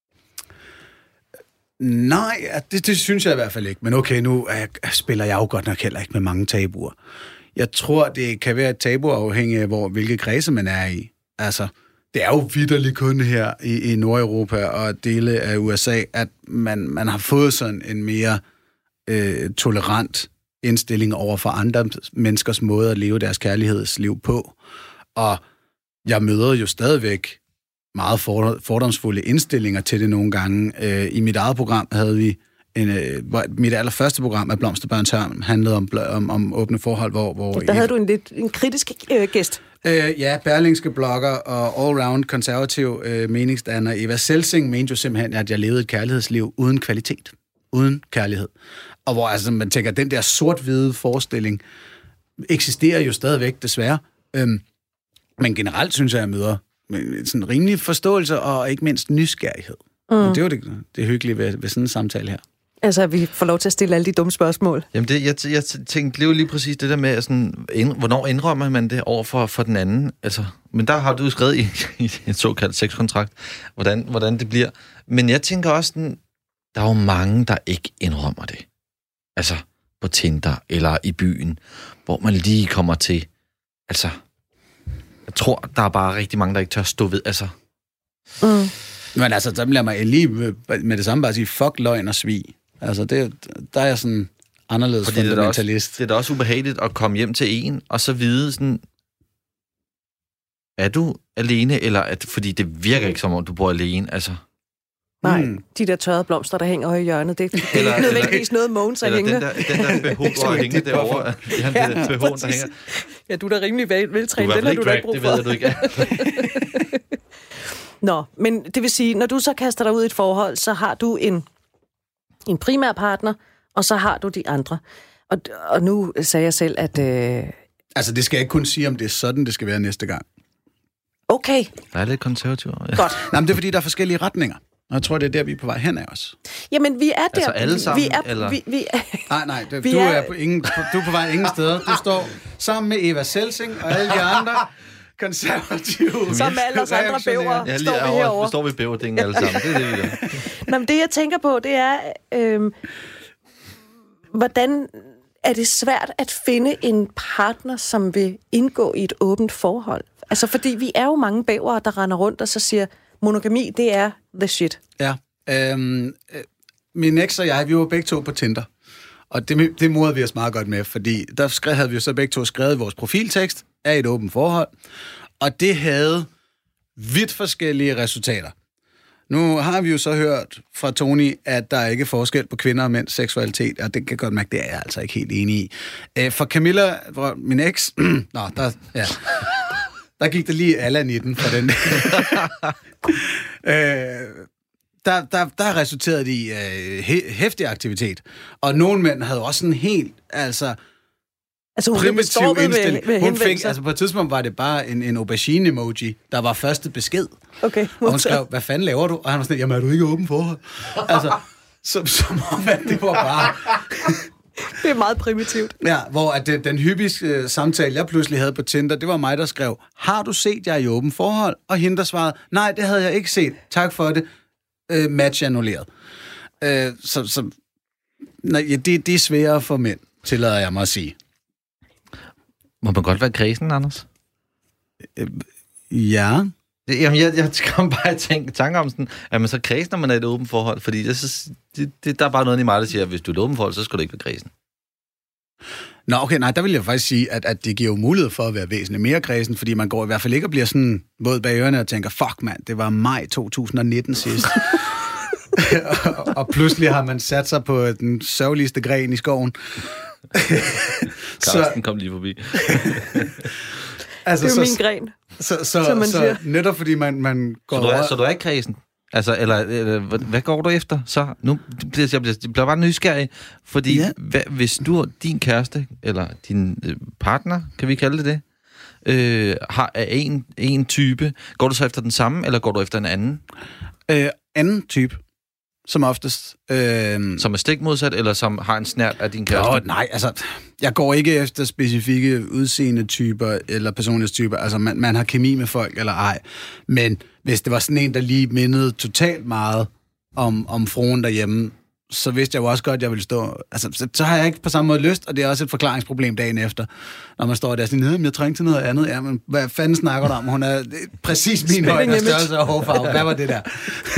Nej, det, det synes jeg i hvert fald ikke. Men okay, nu jeg, spiller jeg jo godt nok heller ikke med mange tabuer. Jeg tror, det kan være et tabu afhængig af, hvor, hvilke kredse man er i. Altså, det er jo vitterligt kun her i, i Nordeuropa og dele af U S A, at man, man har fået sådan en mere øh, tolerant indstilling over for andre menneskers måde at leve deres kærlighedsliv på. Og jeg møder jo stadigvæk meget fordomsfulde indstillinger til det nogle gange. Øh, I mit eget program havde vi En, øh, mit allerførste program af Blomsterbørns Hørm handlede om, om, om åbne forhold, hvor... hvor der havde du en lidt en kritisk øh, gæst. Øh, ja, berlingske blogger og all-round konservativ øh, meningsdanner Eva Selsing mente jo simpelthen, at jeg levede et kærlighedsliv uden kvalitet. Uden kærlighed. Og hvor altså, man tænker, at den der sort-hvide forestilling eksisterer jo stadigvæk, desværre. Øhm, men generelt synes jeg, at jeg møder sådan en rimelig forståelse og ikke mindst nysgerrighed. Mm. Det er jo det, det hyggelige ved, ved sådan en samtale her. Altså, at vi får lov til at stille alle de dumme spørgsmål. Jamen, det, jeg, jeg tænkte, det er jo lige præcis det der med, sådan, ind, hvornår indrømmer man det over for, for den anden? Altså, men der har du jo skrevet i, i en såkaldt sexkontrakt, hvordan, hvordan det bliver. Men jeg tænker også, den, der er jo mange, der ikke indrømmer det. Altså, på Tinder eller i byen, hvor man lige kommer til. Altså, jeg tror, der er bare rigtig mange, der ikke tør stå ved. Altså... Mm. Men altså, der bliver mig lige med det samme bare sige, fuck løgn og svig. Altså, det, der er jeg sådan anderledes fordi fundamentalist. Det er da også, også ubehageligt at komme hjem til en, og så vide sådan, er du alene, eller at, fordi det virker ikke som om, du bor alene, altså. Nej, hmm. de der tørrede blomster, der hænger i hjørnet, det, det er eller, ikke nødvendigvis noget Mogens at hænge. Eller den der, den der behov, der hænger derovre. Ja, den der behov, der hænger. Ja, du er da rimelig vel, veltrænet, den har du da ikke brug for. Det ved du ikke. Nå, men det vil sige, når du så kaster dig ud i et forhold, så har du en, en primær partner, og så har du de andre. Og, og nu sagde jeg selv, at... Øh... Altså, det skal jeg ikke kun sige, om det er sådan, det skal være næste gang. Okay. Der er lidt konservativ. Ja. Godt. Nej, men det er, fordi der er forskellige retninger. Og jeg tror, det er der, vi er på vej hen af os. Jamen, vi er der... Altså alle sammen, vi er, eller? Vi, vi er... Nej, nej, det, du, er... Er på ingen, du er på vej ingen steder. Du står sammen med Eva Selsing og alle de andre... konservative. Som alle os andre bævere, ja, står vi herovre. Vi står ved bæverdingen alle sammen. Det er det, vi gør. Nå, men det, jeg tænker på, det er, øh, hvordan er det svært at finde en partner, som vil indgå i et åbent forhold? Altså, fordi vi er jo mange bævere, der render rundt og så siger, monogami, det er the shit. Ja. Øhm, øh, min eks og jeg, vi var begge to på Tinder. Og det, det morede vi os meget godt med, fordi der skrev, havde vi jo så begge to skrevet vores profiltekst af et åbent forhold, og det havde vidt forskellige resultater. Nu har vi jo så hørt fra Tony, at der er ikke forskel på kvinder og mænds seksualitet, og det kan godt mærke, det er jeg altså ikke helt enig i. For Camilla, min eks, nå, der, ja, der gik det lige Allan i den for den. øh, der, der, der resulterede det i øh, hæftig aktivitet, og nogle mænd havde også sådan helt, altså... Altså hun primitiv indstilling. Ved, ved hun fik, altså på et tidspunkt var det bare en, en aubergine-emoji, der var første besked. Okay. Og hun skrev, hvad fanden laver du? Og han var sådan, jamen er du ikke åben forhold? Altså, som, som om at det var bare... Det er meget primitivt. Ja, hvor at det, den hyppigste uh, samtale, jeg pludselig havde på Tinder, det var mig, der skrev, har du set, jeg er i åben forhold? Og hende, der svarede, nej, det havde jeg ikke set. Tak for det. Uh, match annulleret. Uh, så så nej, ja, det, det er sværere for mænd, tillader jeg mig at sige. Må man godt være kredsen, Anders? Øh, ja. Jamen, jeg, jeg kan bare tænke tanker om sådan, at man så kredsen, når man er i et åbent forhold, fordi jeg synes, det, det, der er bare noget i mig, der siger, at hvis du er et åbent forhold, så skal du ikke være kredsen. Nå, okay, nej, der vil jeg faktisk sige, at, at det giver jo mulighed for at være væsentligt mere kredsen, fordi man går i hvert fald ikke og bliver sådan våd bag ørerne og tænker, fuck mand, det var maj to tusind nitten sidst. og, og pludselig har man sat sig på den sørgeligste gren i skoven. Karsten kom lige forbi. Altså, det er jo så, min gren, så, så, så, så netop fordi man, man går så du er, over... Så du er ikke kredsen? Altså, eller, eller hvad, hvad går du efter? Så nu bliver jeg, bliver, jeg bliver bare nysgerrig, fordi ja. hvad, hvis du, din kæreste, eller din øh, partner, kan vi kalde det det, øh, har en, en type, går du så efter den samme, eller går du efter en anden? Øh, anden type. Som oftest. Øh... Som er stik modsat, eller som har en snært af din kæreste? Jo, nej, altså, jeg går ikke efter specifikke udseendetyper eller personlighedstyper. Altså, man, man har kemi med folk, eller ej. Men hvis det var sådan en, der lige mindede totalt meget om, om fruen derhjemme, så vidste jeg jo også godt, at jeg ville stå... Altså, så, så har jeg ikke på samme måde lyst, og det er også et forklaringsproblem dagen efter. Når man står der og siger, jeg trænger til noget andet. Ja, men hvad fanden snakker du om? Hun er præcis min højde og størrelse og hårfarve. Hvad var det der?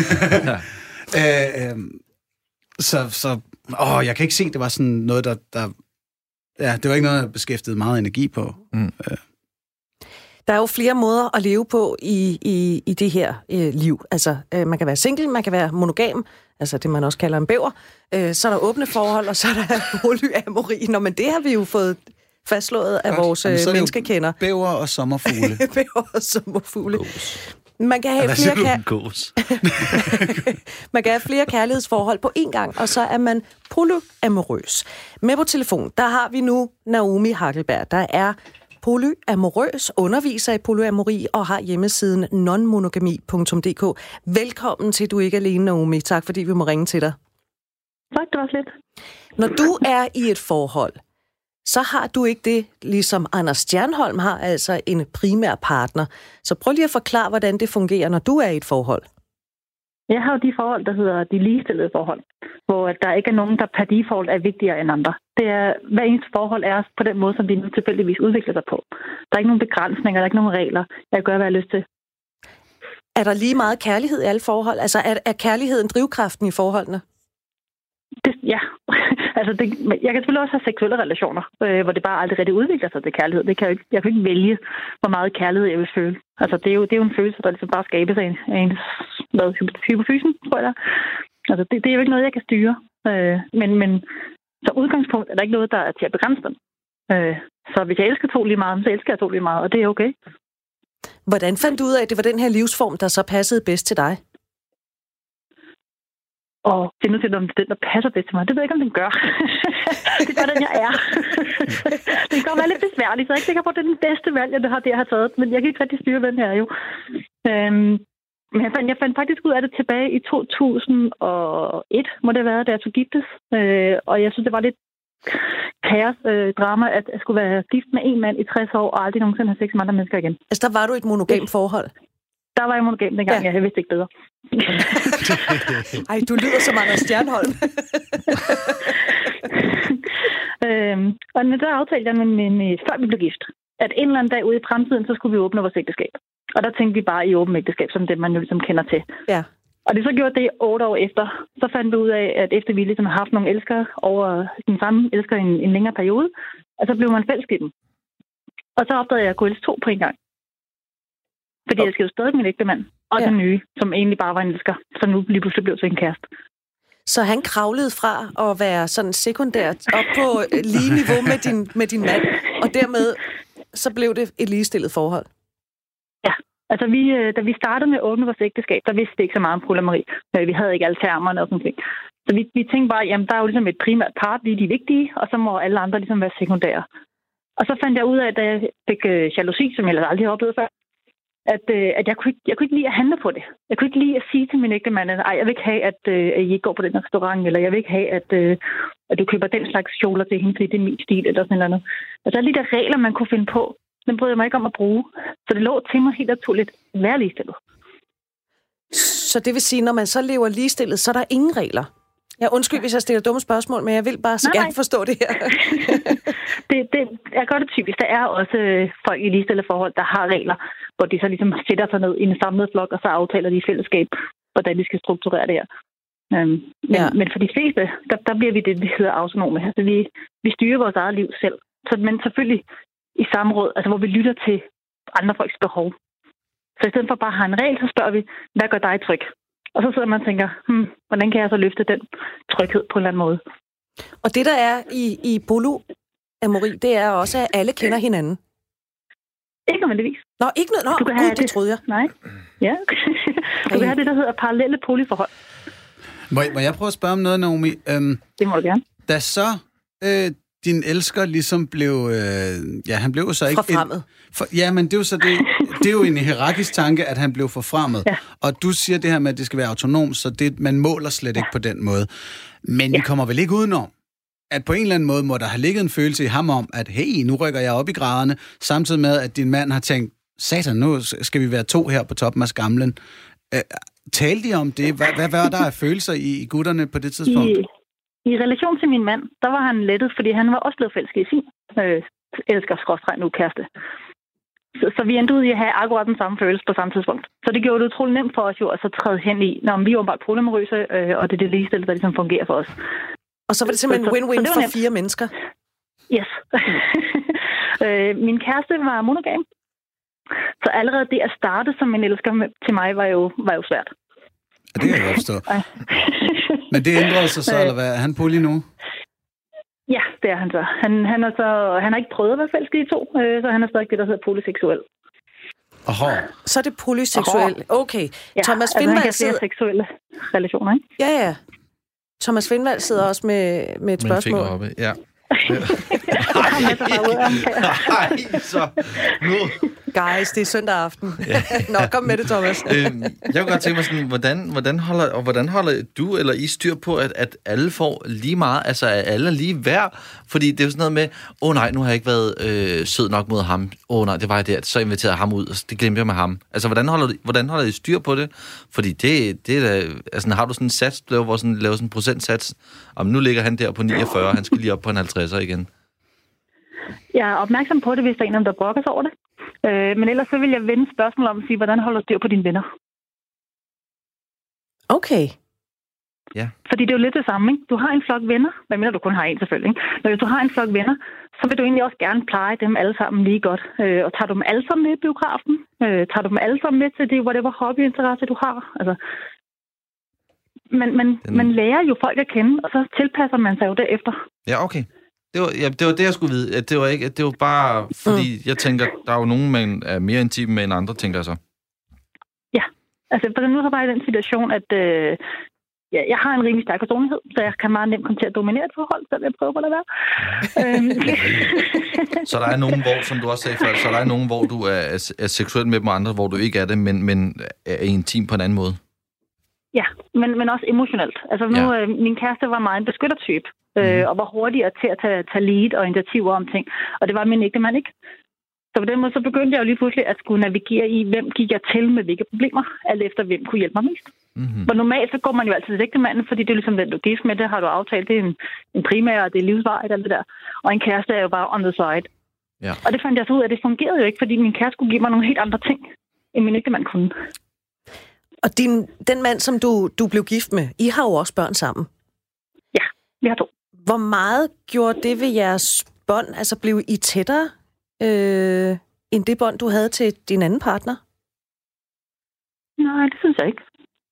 Øh, øh, så, så åh, jeg kan ikke se, det var sådan noget, der, der ja, det var ikke noget, jeg beskæftigede meget energi på. Mm. Øh. Der er jo flere måder at leve på i, i, i det her øh, liv. Altså, øh, man kan være single, man kan være monogam, altså det, man også kalder en bæver. Øh, så er der åbne forhold, og så er der polyamori. Nå, men det har vi jo fået fastslået af vores øh, menneskekender. Bæver og sommerfugle. Bæver og sommerfugle. Man kan have flere kær- man kan have flere kærlighedsforhold på én gang, og så er man polyamorøs. Med på telefon, der har vi nu Naomi Hakkelberg, der er polyamorøs, underviser i polyamori og har hjemmesiden nonmonogami punktum d k. Velkommen til Du er ikke alene, Naomi. Tak fordi vi må ringe til dig. Tak, det var fedt. Når du er i et forhold, så har du ikke det, ligesom Anders Stjernholm har, altså en primær partner. Så prøv lige at forklare, hvordan det fungerer, når du er i et forhold. Jeg har jo de forhold, der hedder de ligestillede forhold, hvor der ikke er nogen, der per default er vigtigere end andre. Det er, hver eneste forhold er på den måde, som de nu tilfældigvis udvikler sig på. Der er ikke nogen begrænsninger, der er ikke nogen regler. Jeg gør, hvad jeg har lyst til. Er der lige meget kærlighed i alle forhold? Altså er, er kærligheden drivkraften i forholdene? Det, ja, altså det, jeg kan selvfølgelig også have seksuelle relationer, øh, hvor det bare aldrig rigtig udvikler sig til kærlighed. Det kan jeg, ikke, jeg kan ikke vælge, hvor meget kærlighed jeg vil føle. Altså det er jo, det er jo en følelse, der ligesom bare skabes af en, af en hvad, hypofysen, tror jeg. Altså det, det er jo ikke noget, jeg kan styre. Øh, men, men som udgangspunkt er der ikke noget, der er til at begrænse den. Øh, så hvis jeg elsker to lige meget, så elsker jeg to lige meget, og det er okay. Hvordan fandt du ud af, at det var den her livsform, der så passede bedst til dig? Og finde ud til, om det er den, der passer bedst til mig. Det ved jeg ikke, om den gør. Det er bare den, jeg er. Det kan godt være lidt besværligt, så jeg er ikke sikker på, at det er den bedste valg, jeg har, det, jeg har taget. Men jeg kan ikke rigtig styre, hvem jeg er jo. Øhm, men jeg fandt, jeg fandt faktisk ud af det tilbage i to tusind og et, må det være, da jeg tog giftes. Øh, og jeg synes, det var lidt kaos øh, drama, at jeg skulle være gift med en mand i tres år, og aldrig nogensinde have sex med andre mennesker igen. Altså, der var du i et monogamt forhold? Der var jeg monogam dengang, ja. Jeg vidste ikke bedre. Ej, du lyder som Anders Stjernholm. øhm, og der aftalte jeg, med, med, med, før vi blev gift, at en eller anden dag ude i fremtiden, så skulle vi åbne vores ægteskab. Og der tænkte vi bare i åbent ægteskab, som det man jo ligesom kender til. Ja. Og det så gjort det otte år efter. Så fandt vi ud af, at efter vi ligesom har haft nogle elskere over den samme elsker en, en længere periode, og så blev man fælles i dem. Og så opdagede jeg at gå elske to på en gang. Fordi okay. jeg skrev stadig min ægte mand, og ja. den nye, som egentlig bare var en elsker, som nu lige pludselig blev til en kæreste. Så han kravlede fra at være sådan sekundært op på lige niveau med din, med din mand, og dermed så blev det et ligestillet forhold? Ja, altså vi, da vi startede med at åbne vores ægteskab, der vidste det ikke så meget om polyamori. Vi havde ikke alle termerne og sådan noget. Så vi, vi tænkte bare, jamen der er jo ligesom et primært part, vi er de vigtige, og så må alle andre ligesom være sekundære. Og så fandt jeg ud af, at jeg fik øh, jalousi, som jeg aldrig havde oplevet før, at, øh, at jeg, kunne ikke, jeg kunne ikke lide at handle på det. Jeg kunne ikke lide at sige til min ægtemand, at jeg vil ikke have, at, øh, at I ikke går på den restaurant, eller jeg vil ikke have, at, øh, at du køber den slags kjoler til hende, fordi det er min stil, eller sådan noget. Altså alle de der regler, man kunne finde på, den brød jeg mig ikke om at bruge. Så det lå til mig helt naturligt at være ligestillet. Så det vil sige, når man så lever ligestillet, så er der ingen regler? Jeg undskyld, hvis jeg stiller dumme spørgsmål, men jeg vil bare så nej, gerne nej. forstå det her. det, det, jeg gør det typisk. Der er også folk i ligestillede forhold, der har regler, hvor de så ligesom sætter sig ned i en samlet flok, og så aftaler de i fællesskab, hvordan de skal strukturere det her. Um, men, ja. men for de fleste, der, der bliver vi det, vi hedder autonome. Altså vi, vi styrer vores eget liv selv. Så, men selvfølgelig i samråd, altså hvor vi lytter til andre folks behov. Så i stedet for bare at have en regel, så spørger vi, hvad gør dig tryg? Og så sidder man og tænker, hmm, hvordan kan jeg så løfte den tryghed på en eller anden måde? Og det, der er i, i polyamori, det er også, at alle kender hinanden. Ikke nødvendigvis. Nå, ikke noget. Nå, du kan gud, have det, det troede jeg. Nej, ja. Du kan have det, der hedder parallelle polyforhold. Må jeg, må jeg prøve at spørge om noget, Naomi? Øhm, det må du gerne. Da så øh, din elsker ligesom blev... Øh, ja, han blev så ikke... Forfremmet. For, ja, men det er jo så det... Det er jo en hierarkisk tanke, at han blev forfremmet. Ja. Og du siger det her med, at det skal være autonom, så det, man måler slet ja. ikke på den måde. Men ja. vi kommer vel ikke udenom, at på en eller anden måde må der have ligget en følelse i ham om, at hey, nu rykker jeg op i graderne, samtidig med, at din mand har tænkt, satan, nu skal vi være to her på toppen af skamlen. Øh, talte de om det? Hvad, hvad var der af følelser i, i gutterne på det tidspunkt? I, I relation til min mand, der var han lettet, fordi han var også blevet forelsket i sin øh, elsker-skråstreg nu kæreste. Så, så vi endte ud i at have akkurat den samme følelse på samme tidspunkt. Så det gjorde det utroligt nemt for os jo at så træde hen i, når vi er jo bare polyamorøse, øh, og det er det ligestillede, der ligesom fungerer for os. Og så var det simpelthen en win-win for nemt. Fire mennesker? Yes. øh, min kæreste var monogam. Så allerede det at starte som en elsker til mig var jo, var jo svært. Ja, det kan jeg godt forstå. Men det ændrede sig så, eller hvad? Er han poly nu? Ja, det er han så. Han, han, er så, han har ikke prøvet at være forelsket i to, øh, så han er stadig det, der hedder polyseksuel. Aha. Så er det polyseksuel. Okay. Ja, Thomas altså Findvald han kan sidder... seksuelle relationer, ikke? Ja, ja. Thomas Findvald sidder også med, med et med spørgsmål. Med oppe, ja. Nej, så nu... Guys, det er søndag aften. Nå, kom med det, Thomas. øhm, jeg kunne godt tænke mig sådan, hvordan, hvordan, holder, og hvordan holder du eller I styr på, at, at alle får lige meget, altså at alle er lige værd? Fordi det er jo sådan noget med, åh oh, nej, nu har jeg ikke været øh, sød nok mod ham. Åh oh, nej, det var jeg der, så inviterede jeg ham ud, og det glemte jeg med ham. Altså, hvordan holder, hvordan holder I styr på det? Fordi det, det er da, altså har du sådan en sats, du laver sådan, laver sådan en procentsats, om nu ligger han der på niogfyrre, han skal lige op på en halvtredser igen. Jeg er opmærksom på det, hvis der er en, der brokker sig over det. Øh, men ellers så vil jeg vende spørgsmål om at sige, hvordan holder du styr på dine venner? Okay. Ja. Fordi det er jo lidt det samme, ikke? Du har en flok venner, hvad mener du kun har en selvfølgelig, ikke? Når hvis du har en flok venner, så vil du egentlig også gerne pleje dem alle sammen lige godt. Øh, og tager du dem alle sammen med i biografen? Øh, tager du dem alle sammen med til det, whatever hobbyinteresse du har? Altså, man, man, Den... man lærer jo folk at kende, og så tilpasser man sig jo derefter. Ja, okay. Det var, ja, det var det, jeg skulle vide. Det var, ikke, det var bare, fordi mm. jeg tænker, der er jo nogen, man er mere intime med end andre, tænker jeg så. Ja, altså for nu har jeg bare i den situation, at øh, ja, jeg har en rimelig stærk personlighed, så jeg kan meget nemt komme til at dominere et forhold, så jeg prøver på det at være. Så der er nogen, hvor, som du også sagde før, så der er nogen, hvor du er, er seksuel med dem, og andre, hvor du ikke er det, men, men er intim på en anden måde. Ja, men, men også emotionelt. Altså nu, ja. øh, min kæreste var meget en beskyttertype, øh, og var hurtigere til at tage, tage lead og initiativer om ting. Og det var min ægtemand ikke. Så på den måde, så begyndte jeg jo lige pludselig at skulle navigere i, hvem gik jeg til med hvilke problemer, alt efter hvem kunne hjælpe mig mest. Mm-hmm. For normalt, så går man jo altid til ægtemanden, fordi det er ligesom den, du er gift med, det har du aftalt, det er en, en primær, og det er livsvarigt, alt det der. Og en kæreste er jo bare on the side. Ja. Og det fandt jeg så ud af, at det fungerede jo ikke, fordi min kæreste kunne give mig nogle helt andre ting, end min ægtemand kunne. Og din, den mand, som du, du blev gift med, I har jo også børn sammen. Ja, vi har to. Hvor meget gjorde det ved jeres bånd? Altså blev I tættere øh, end det bånd, du havde til din anden partner? Nej, det synes jeg ikke.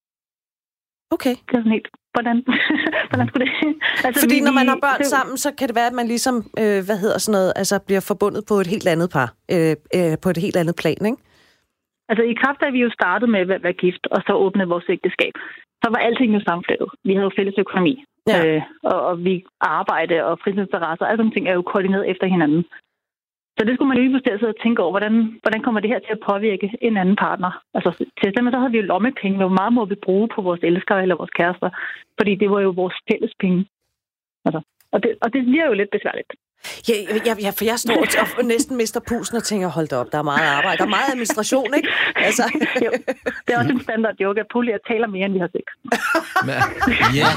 Okay. Det er sådan helt... Hvordan, hvordan skulle det... Altså, Fordi vi, når man har børn det, sammen, så kan det være, at man ligesom, øh, hvad hedder sådan noget, altså bliver forbundet på et helt andet par, øh, øh, på et helt andet plan, ikke? Altså i kraft af, at vi jo startede med at være gift, og så åbnede vores ægteskab, så var alting jo sammenflettet. Vi havde jo fælles økonomi, ja. øh, og, og vi arbejde og fritidsinteresser, alle sådan ting er jo koordineret efter hinanden. Så det skulle man jo lige sidde og tænke over, hvordan, hvordan kommer det her til at påvirke en anden partner? Altså til eksempel så havde vi jo lommepenge, hvor meget må vi bruge på vores elskere eller vores kærester, fordi det var jo vores fælles penge. Altså, og, det, og det bliver jo lidt besværligt. Ja, ja, ja, for jeg står og næsten mister pusten og tænker, hold da op, der er meget arbejde, der er meget administration, ikke? Altså. Jo, det er også en standard joke, at Polly taler mere, end vi har sex. Ja.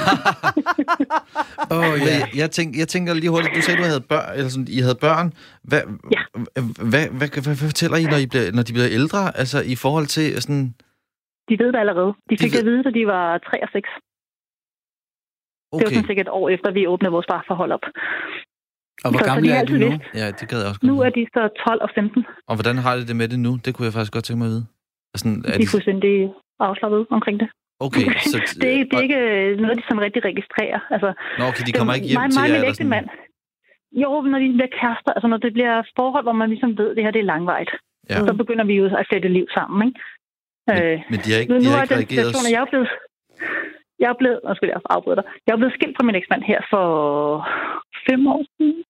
oh, ja. Jeg, tænker, jeg tænker lige hurtigt, du sagde, du havde børn, eller sådan, I havde børn. Hvad, ja. hvad, hvad, hvad, hvad fortæller I, når, I bliver, når de bliver ældre? Altså i forhold til sådan... De ved det allerede. De fik det at vide, da de var tre og seks. Okay. Det var sådan sikkert et år efter, vi åbnede vores parforhold op. Og hvor gamle er de nu? Vidst. Ja, det gad jeg også. Nu er de så tolv og femten. Og hvordan har de det med det nu? Det kunne jeg faktisk godt tænke mig at vide. Sådan, er de er fuldstændig afslappet omkring det. Okay, så... det, er, det er ikke noget, de sådan rigtig registrerer. Altså, Nå, okay, de kommer ikke hjem mig, til mig, jer? Eller sådan... mand. Jo, når de bliver kærester, altså når det bliver forhold, hvor man ligesom ved, at det her det er langvejt, ja. Så begynder vi jo at sætte liv sammen, ikke? Men, øh, men de har ikke, de har ikke reageret... Situation, jeg er blevet... Jeg er blevet... Nu skal jeg afbryde dig. Jeg er blevet skilt fra min eksmand her for fem år siden.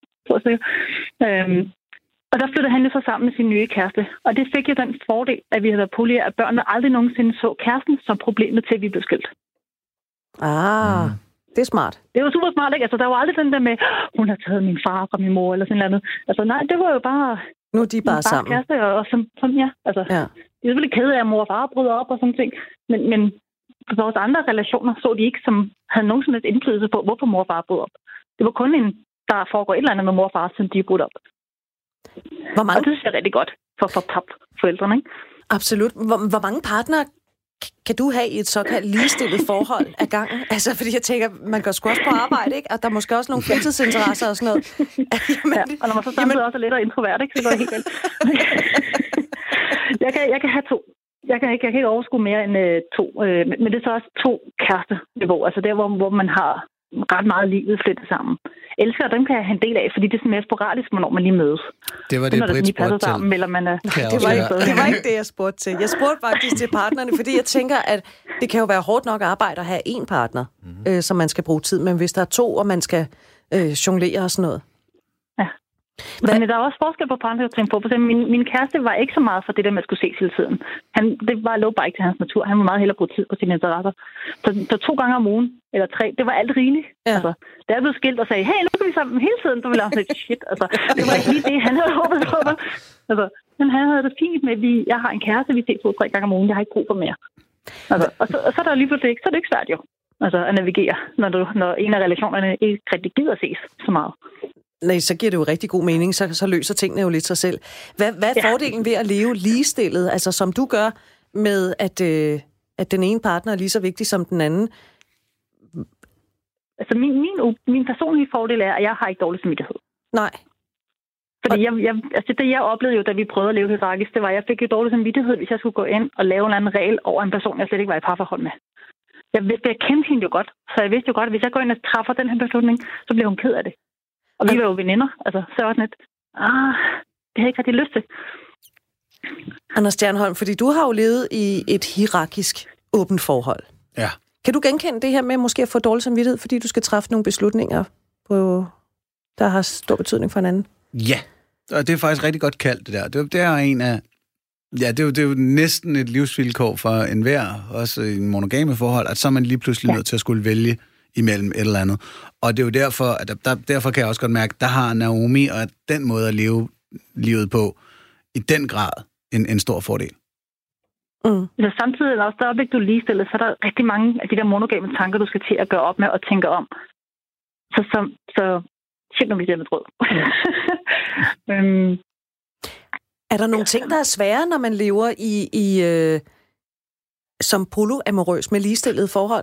Øhm, og der flyttede han jo så sammen med sin nye kæreste. Og det fik jo den fordel, at vi havde været polyer, at børnene aldrig nogensinde så kæresten som problemet til, at vi blev skilt. Ah, mm. Det er smart. Det var super smart, ikke? Altså, der var aldrig den der med, hun har taget min far fra min mor, eller sådan noget. Altså, nej, det var jo bare... Nu er de bare sammen. Kæreste, og, og som, som, ja, altså... Ja. De er selvfølgelig kede af, at mor og far bryder op og sådan ting. Men, men for vores andre relationer så de ikke, som havde nogen som helst indflydelse på, hvorfor mor og far brød op. Det var kun en... der foregår et eller andet med mor og far, siden de er brudt op. Hvor mange... Og det synes jeg er rigtig godt for, for papforældrene, ikke? Absolut. Hvor, hvor mange partnere kan du have i et såkaldt ligestillet forhold af gangen? Altså, fordi jeg tænker, man går sgu også på arbejde, ikke? Og der er måske også nogle fritidsinteresser og sådan noget. Jamen, ja, og når man så samtidig også er lidt og introvert, ikke? Så går det helt galt. jeg, kan, jeg kan have to. Jeg kan ikke, jeg kan ikke overskue mere end øh, to. Øh, men det er så også to kæresteniveau. Altså der, hvor, hvor man har ret meget livet flettet sammen. Elsker, dem kan jeg have en del af, fordi det er sådan mere sporadisk, hvornår man lige mødes. Det var det, det Britt spurgte til. Sammen, eller man er... det, var ikke, det var ikke det, jeg spurgte til. Jeg spurgte faktisk til partnerne, fordi jeg tænker, at det kan jo være hårdt nok arbejde at have én partner, mm-hmm. øh, som man skal bruge tid med, hvis der er to, og man skal øh, jonglere og sådan noget. Ja. Men der er også forskel på partner, jeg tænker på. For min, min kæreste var ikke så meget for det der, man skulle se hele tiden. Han, det var lå bare ikke til hans natur. Han var meget hellere bruge tid på sine interesser. Så, så to gange om ugen, eller tre, det var alt rigeligt. Ja. Altså, da jeg blev skilt og sagde, hey, nu kan vi sammen hele tiden, så ville jeg også sige, shit, altså, det var ikke lige det, han havde håbet på. Altså, men han havde det fint med, at vi, jeg har en kæreste, vi ses to-tre gange om ugen, jeg har ikke brug for mere. Altså, og, så, og så er der lige pludselig ikke, så er det ikke svært jo, altså, at navigere, når, du, når en af relationerne ikke rigtig gider ses så meget. Nej, så giver det jo rigtig god mening, så, så løser tingene jo lidt sig selv. Hvad, hvad er fordelen ved at leve ligestillet, altså som du gør, med at, øh, at den ene partner er lige så vigtig som den anden? Altså min, min, min personlige fordel er, at jeg har ikke dårlig samvittighed. Nej. Fordi jeg, jeg, altså det, jeg oplevede jo, da vi prøvede at leve hierarkisk, det var, at jeg fik jo dårlig samvittighed, hvis jeg skulle gå ind og lave en eller anden regel over en person, jeg slet ikke var i parforhold med. Jeg, jeg kendte hende jo godt, så jeg vidste jo godt, at hvis jeg går ind og træffer den her beslutning, så bliver hun ked af det. Og vi var jo veninder, altså så var sådan et, ah, det har jeg ikke rigtig lyst til. Anders Stjernholm, fordi du har jo levet i et hierarkisk åbent forhold. Ja. Kan du genkende det her med måske at få dårlig samvittighed, fordi du skal træffe nogle beslutninger, på, der har stor betydning for hinanden? Ja, og det er faktisk rigtig godt kaldt det der. Det er en af, ja, det er jo, det er jo næsten et livsvilkår for enhver, også i en monogame forhold, at så er man lige pludselig ja. nødt til at skulle vælge imellem et eller andet. Og det er jo derfor, at der, derfor kan jeg også godt mærke, at der har Naomi og den måde at leve livet på, i den grad en, en stor fordel. Mm. Så samtidig, når der øjeblik, du er ligestillet, så er der rigtig mange af de der monogame tanker, du skal til at gøre op med og tænke om. Så, så, så shit, nu bliver det med tråd. um, er der nogle ting, der er svære, når man lever i, i, øh, som polyamorøs med ligestillede forhold?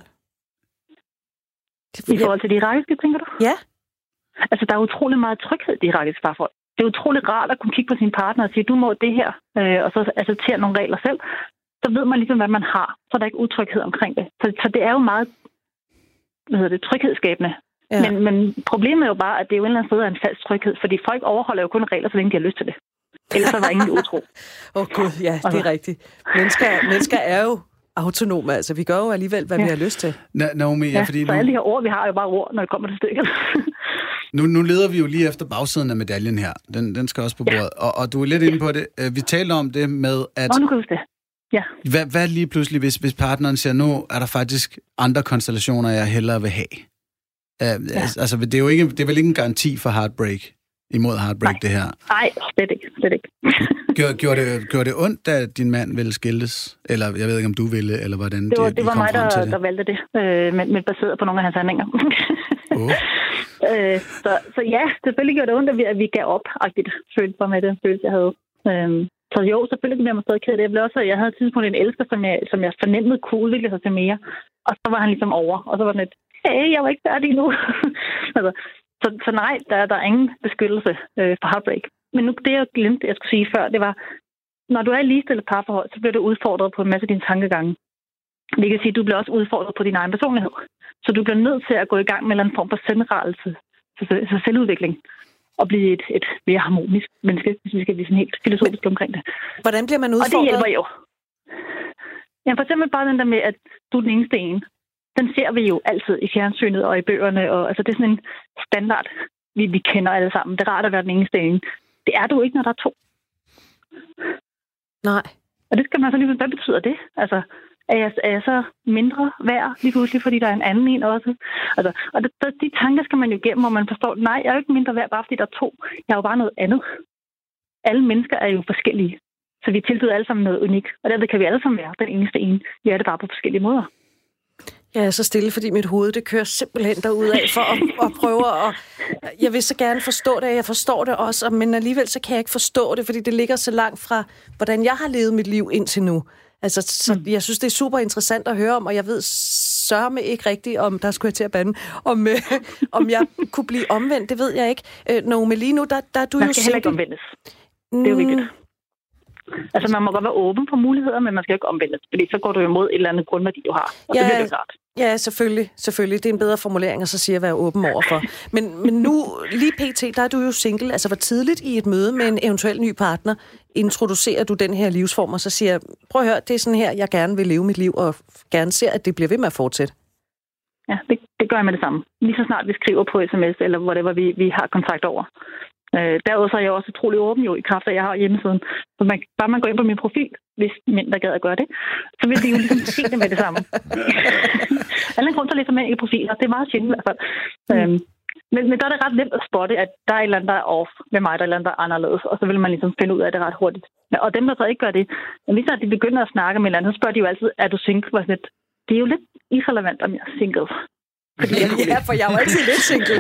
I forhold til de irakiske, tænker du? Ja. Altså, der er utrolig meget tryghed i de irakiske parforhold. Det er utrolig rart at kunne kigge på sin partner og sige, du må det her, øh, og så acceptere nogle regler selv. Så ved man ligesom, hvad man har. Så er der ikke utryghed omkring det. Så, så det er jo meget, hvad hedder det, tryghedsskabende. Ja. Men, men problemet er jo bare, at det er jo en eller anden sted af en falsk tryghed, fordi folk overholder jo kun regler, så længe de har lyst til det. Ellers så var ingen utro. Åh oh, gud, ja, det er rigtigt. Mennesker, mennesker er jo autonome, altså vi gør jo alligevel, hvad ja. vi har lyst til. Na- Naomi, ja, ja, fordi så nu... alle de her ord, vi har jo bare ord, når det kommer til stykket. nu, nu leder vi jo lige efter bagsiden af medaljen her. Den, den skal også på bordet. Ja. Og, og du er lidt inde på det. Vi talte om det med, at... Nå, nu kan vi det. Ja. Hvad, hvad lige pludselig, hvis, hvis partneren siger, nu er der faktisk andre konstellationer, jeg hellere vil have? Uh, ja. Altså, det er jo ikke, det er vel ikke en garanti for heartbreak, imod heartbreak, Nej. det her? Nej, slet ikke. Slet ikke. Gjorde, gjorde, det, gjorde det ondt, da din mand ville skiltes? Eller jeg ved ikke, om du ville, eller hvordan det var, de, det de var kom mig, frem der, til det? der valgte det, øh, men, men baseret på nogle af hans handlinger. oh. øh, så, så ja, selvfølgelig gjorde det ondt, at vi, at vi gav op-agtigt følelse for med det, følelse, jeg havde. Øh, så jo, selvfølgelig blev jeg mig stadig ked af det. Jeg, blev også, jeg havde et tidspunkt en elsker, som jeg, som jeg fornemmede kunne udvikle sig til mere. Og så var han ligesom over, og så var den et, hey, jeg var ikke færdig nu. altså, så, så nej, der, der er ingen beskyttelse øh, for heartbreak. Men nu, det jeg glemte, jeg skulle sige før, det var, når du er i ligestillet parforhold, så bliver du udfordret på en masse af dine tankegange. Det kan sige, at du bliver også udfordret på din egen personlighed. Så du bliver nødt til at gå i gang med en eller anden form for selvrettelse, så selvudvikling, og blive et, et mere harmonisk menneske, hvis vi skal blive sådan helt filosofisk omkring det. Hvordan bliver man udfordret? Og det hjælper jo. Ja, for eksempel bare den der med, at du er den eneste ene. Den ser vi jo altid i fjernsynet og i bøgerne, og altså, det er sådan en standard, vi, vi kender alle sammen. Det er rart at være den eneste ene. Det er du ikke, når der er to. Nej. Og det skal man så lige, hvad betyder det? Altså, er jeg, er jeg så mindre værd lige pludselig, fordi der er en anden en også? Altså, og det, de tanker skal man jo igennem, hvor man forstår, nej, jeg er jo ikke mindre værd, bare fordi der er to. Jeg er jo bare noget andet. Alle mennesker er jo forskellige. Så vi tilbyder alle sammen noget unikt. Og derved kan vi alle sammen være den eneste ene. Vi er det bare på forskellige måder. Jeg er så stille, fordi mit hoved, det kører simpelthen derudad for at, at prøve at... Jeg vil så gerne forstå det, og jeg forstår det også, men alligevel så kan jeg ikke forstå det, fordi det ligger så langt fra, hvordan jeg har levet mit liv indtil nu. Altså, så jeg synes, det er super interessant at høre om, og jeg ved sørme ikke rigtigt, om der skulle jeg til at bande, om, øh, om jeg kunne blive omvendt, det ved jeg ikke. Øh, Naomi, lige nu, der, der er du man jo skal heller ikke omvendes. Det er jo vigtigt. Altså, man må godt være åben for muligheder, men man skal ikke omvendes, fordi så går du imod et eller andet grundværdi, du har. Og ja, det bliver det klart. Ja, selvfølgelig. Selvfølgelig. Det er en bedre formulering, at så siger at være åben overfor. Men, men nu, lige pt., der er du jo single. Altså, hvor tidligt i et møde med en eventuel ny partner introducerer du den her livsform, og så siger, prøv at høre, det er sådan her, jeg gerne vil leve mit liv, og gerne ser, at det bliver ved med at fortsætte. Ja, det, det gør jeg med det samme. Lige så snart vi skriver på sms, eller whatever vi, vi har kontakt over. Øh, derudover så er jeg også utrolig åben jo, i kraft af, at jeg har hjemmesiden. Så man, bare man går ind på min profil, hvis mænd, der gad at gøre det, så vil de jo ligesom se det med det samme. Alle grund til at læse mænd i profiler, det er meget sjældent i hvert fald. Mm. Øhm, men, men der er det ret nemt at spotte, at der er et eller andet, der er off med mig, der er et eller andet, der er anderledes, og så vil man ligesom finde ud af det ret hurtigt. Og dem, der så ikke gør det, hvis de begynder at snakke med et eller andet, så spørger de jo altid, er du single? Det er jo lidt irrelevant, om jeg er single. Fordi jeg ja, for jeg er jo altid lidt single.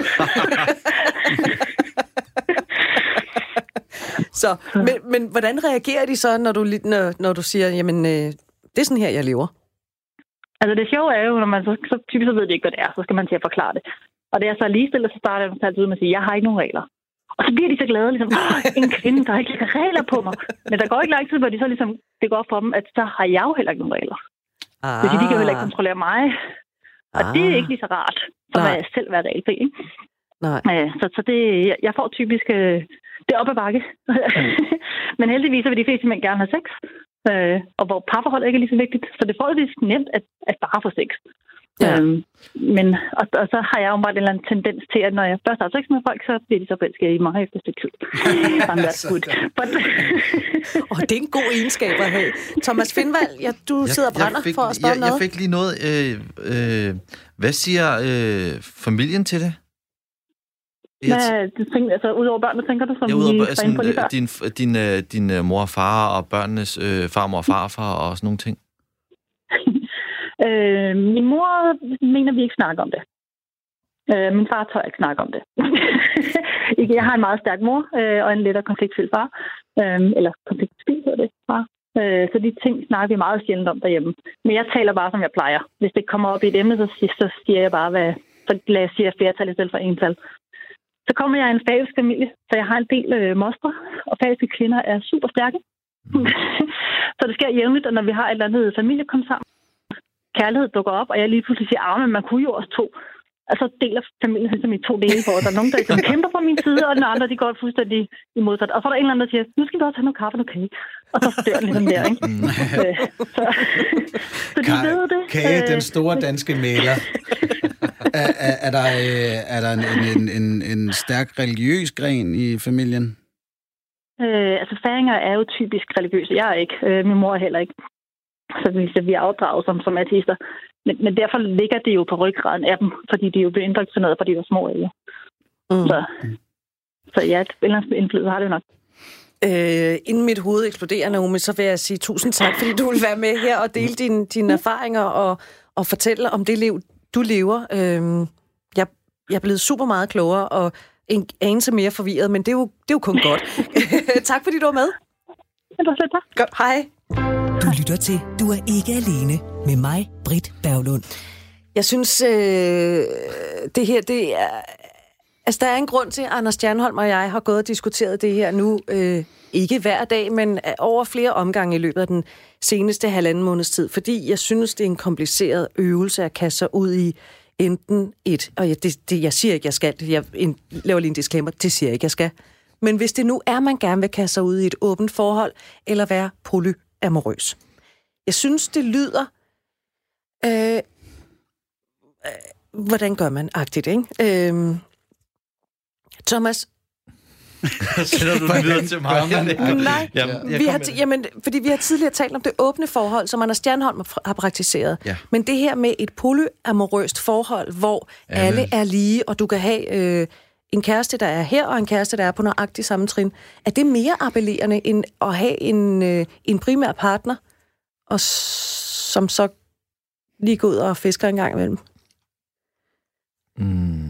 Så, men, men hvordan reagerer de så, når du, når, når du siger, jamen, øh, det er sådan her, jeg lever? Altså det sjove er jo, når man så, så typisk så ved de ikke, hvad det er, så skal man til at forklare det. Og det er så ligestillet, så starter jeg altid ud med at sige, jeg har ikke nogen regler. Og så bliver de så glade, ligesom, en kvinde, der ikke lægger regler på mig. Men der går ikke lang tid, hvor de så ligesom, det går op for dem, at så har jeg jo heller ikke nogen regler. Ah. Så de kan jo heller ikke kontrollere mig. Og ah. det er ikke lige så rart, som Nej. at selv være regelfri, ikke? Nej. Så, så det, jeg får typisk det er op ad bakke. Men heldigvis så vil de fleste mænd gerne have sex. Øh, og hvor parforhold ikke er lige så vigtigt. Så det er forholdsvis nemt at, at bare få sex. Ja. Øhm, men, og, og så har jeg jo bare en eller anden tendens til, at når jeg først har sex med folk, så bliver de så forelskede i mig efter et stykke tid. But... oh, det er en god egenskab at have. Thomas Findvald, ja, du sidder og brænder fik, for at spørge jeg, noget. Jeg fik lige noget. Øh, øh, hvad siger øh, familien til det? Hvad, du tænker, altså udover børnene, tænker du, som ja, udover, vi sådan, på lige før? Din, din, din, din mor og far og børnenes øh, farmor og farfar og sådan nogle ting? øh, min mor mener, vi ikke snakker om det. Øh, min far tør ikke snakke om det. Jeg har en meget stærk mor øh, og en lettere konfliktfyldt far. Øh, eller konfliktfyldt, hedder det, far. Øh, så de ting snakker vi meget sjældent om derhjemme. Men jeg taler bare, som jeg plejer. Hvis det kommer op i et emne, så, så siger jeg bare, hvad, så lader jeg sige flertal i stedet for ental. Så kommer jeg i en færøsk familie, så jeg har en del øh, mostre, og færøske kvinder er super stærke. Mm. Så det sker jævnligt, at når vi har et eller andet familie komme sammen, kærlighed dukker op, og jeg lige pludselig siger, at man kunne jo også to. Og så deler familien ligesom i to dele, hvor der er nogen, der ligesom kæmper på min side, og den andre, de går fuldstændig imod sig. Og så er der en eller anden, der siger, nu skal vi også have noget kaffe og noget kage. Og så dør den ligesom der, ikke? så, så de Ka- ved det. Kage, den store danske mæler. er, er, er der, er der en, en, en, en stærk religiøs gren i familien? Øh, altså, færinger er jo typisk religiøse. Jeg er ikke. Øh, min mor er heller ikke. Så vi er afdraget som, som artister. Men, men derfor ligger det jo på ryggraden af dem, fordi de jo bliver indoktrineret, fordi de var små. Mm. Så, så ja, et eller andet indflydelse har det jo nok. Øh, inden mit hoved eksploderer, Naomi, så vil jeg sige tusind tak, fordi du vil være med her og dele dine, dine erfaringer og, og fortælle om det liv, du lever. Øh, jeg, jeg er blevet super meget klogere og en anelse mere forvirret, men det er jo, det er jo kun godt. Tak, fordi du var med. Det var så tak. Godt, hej. Du lytter til Du er ikke alene med mig, Britt Berglund. Jeg synes, øh, det her, det er... Altså, der er en grund til, at Anders Stjernholm og jeg har gået og diskuteret det her nu, øh, ikke hver dag, men over flere omgange i løbet af den seneste halvanden måneds tid, fordi jeg synes, det er en kompliceret øvelse at kaste sig ud i enten et, og jeg, det, det, jeg siger ikke, jeg skal, jeg en, laver lige en disclaimer, det siger jeg ikke, jeg skal, men hvis det nu er, man gerne vil kaste sig ud i et åbent forhold, eller være polyamorøs. Jeg synes, det lyder, øh, øh, hvordan gør man agtigt, ikke? Øh, Thomas? Sætter du den videre til mig? Nej, jamen, vi har t- jamen, fordi vi har tidligere talt om det åbne forhold, som Anders Stjernholm har praktiseret. Ja. Men det her med et polyamorøst forhold, hvor ja, alle er lige, og du kan have øh, en kæreste, der er her, og en kæreste, der er på nøjagtig samme trin. Er det mere appellerende, end at have en, øh, en primær partner, og som så lige går ud og fisker en gang imellem? Mm.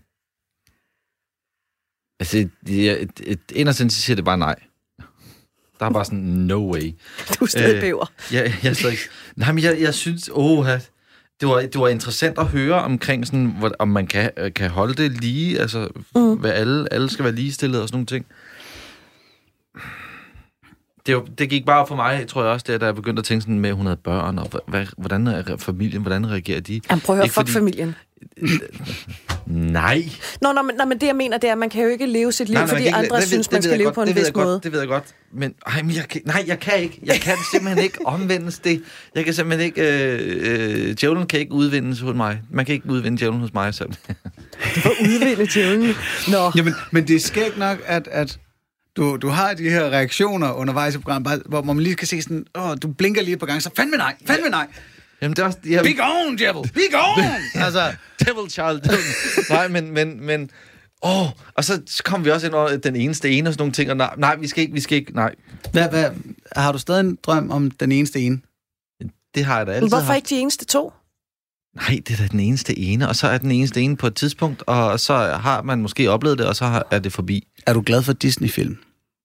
Altså, jeg, inderst siger det bare nej. Der er bare sådan, no way. Du er stadig bæver. Øh, jeg, jeg er stadig... Nej, men jeg, jeg synes, åh, det var, det var interessant at høre omkring sådan, hvor, om man kan, kan holde det lige, altså, mm. hvad alle, alle skal være ligestillet og sådan nogle ting. Det, var, det gik bare for mig, tror jeg også, der, da jeg begyndte at tænke sådan med, at hun havde børn, og hvad, hvordan er familien, hvordan reagerer de? Jamen, prøv at høre, fuck fordi... familien. Nej. Nå, nå, men, nå, men det jeg mener, det er, at man kan jo ikke leve sit liv, nej, nej, fordi andre det, synes, det, man skal leve godt, på en vis måde. Godt, det ved jeg godt, men ej, men jeg kan, nej, jeg kan ikke. Jeg kan simpelthen ikke omvendes det. Jeg kan simpelthen ikke... Øh, øh, djævlen kan ikke udvindes hos mig. Man kan ikke udvinde djævlen hos mig. Så. For udvinde djævlen? Nå. Jamen, men det er skægt nok, at... at Du, du har de her reaktioner undervejs i programmet, hvor man lige kan se sådan, åh, du blinker lige et par gange, så fandme nej, fandme nej. Jamen, det er også... Jeg... Be gone, devil! Be gone! altså, devil child. Devil. Nej, men... men, men åh, og så kom vi også ind over den eneste ene og sådan nogle ting, og nej, nej, vi skal ikke, vi skal ikke, nej. Hvad, hvad, har du stadig en drøm om den eneste ene? Det har jeg da altid. Hvorfor haft. Ikke de eneste to? Nej, det er da den eneste ene, og så er den eneste ene på et tidspunkt, og så har man måske oplevet det, og så er det forbi. Er du glad for Disney-film?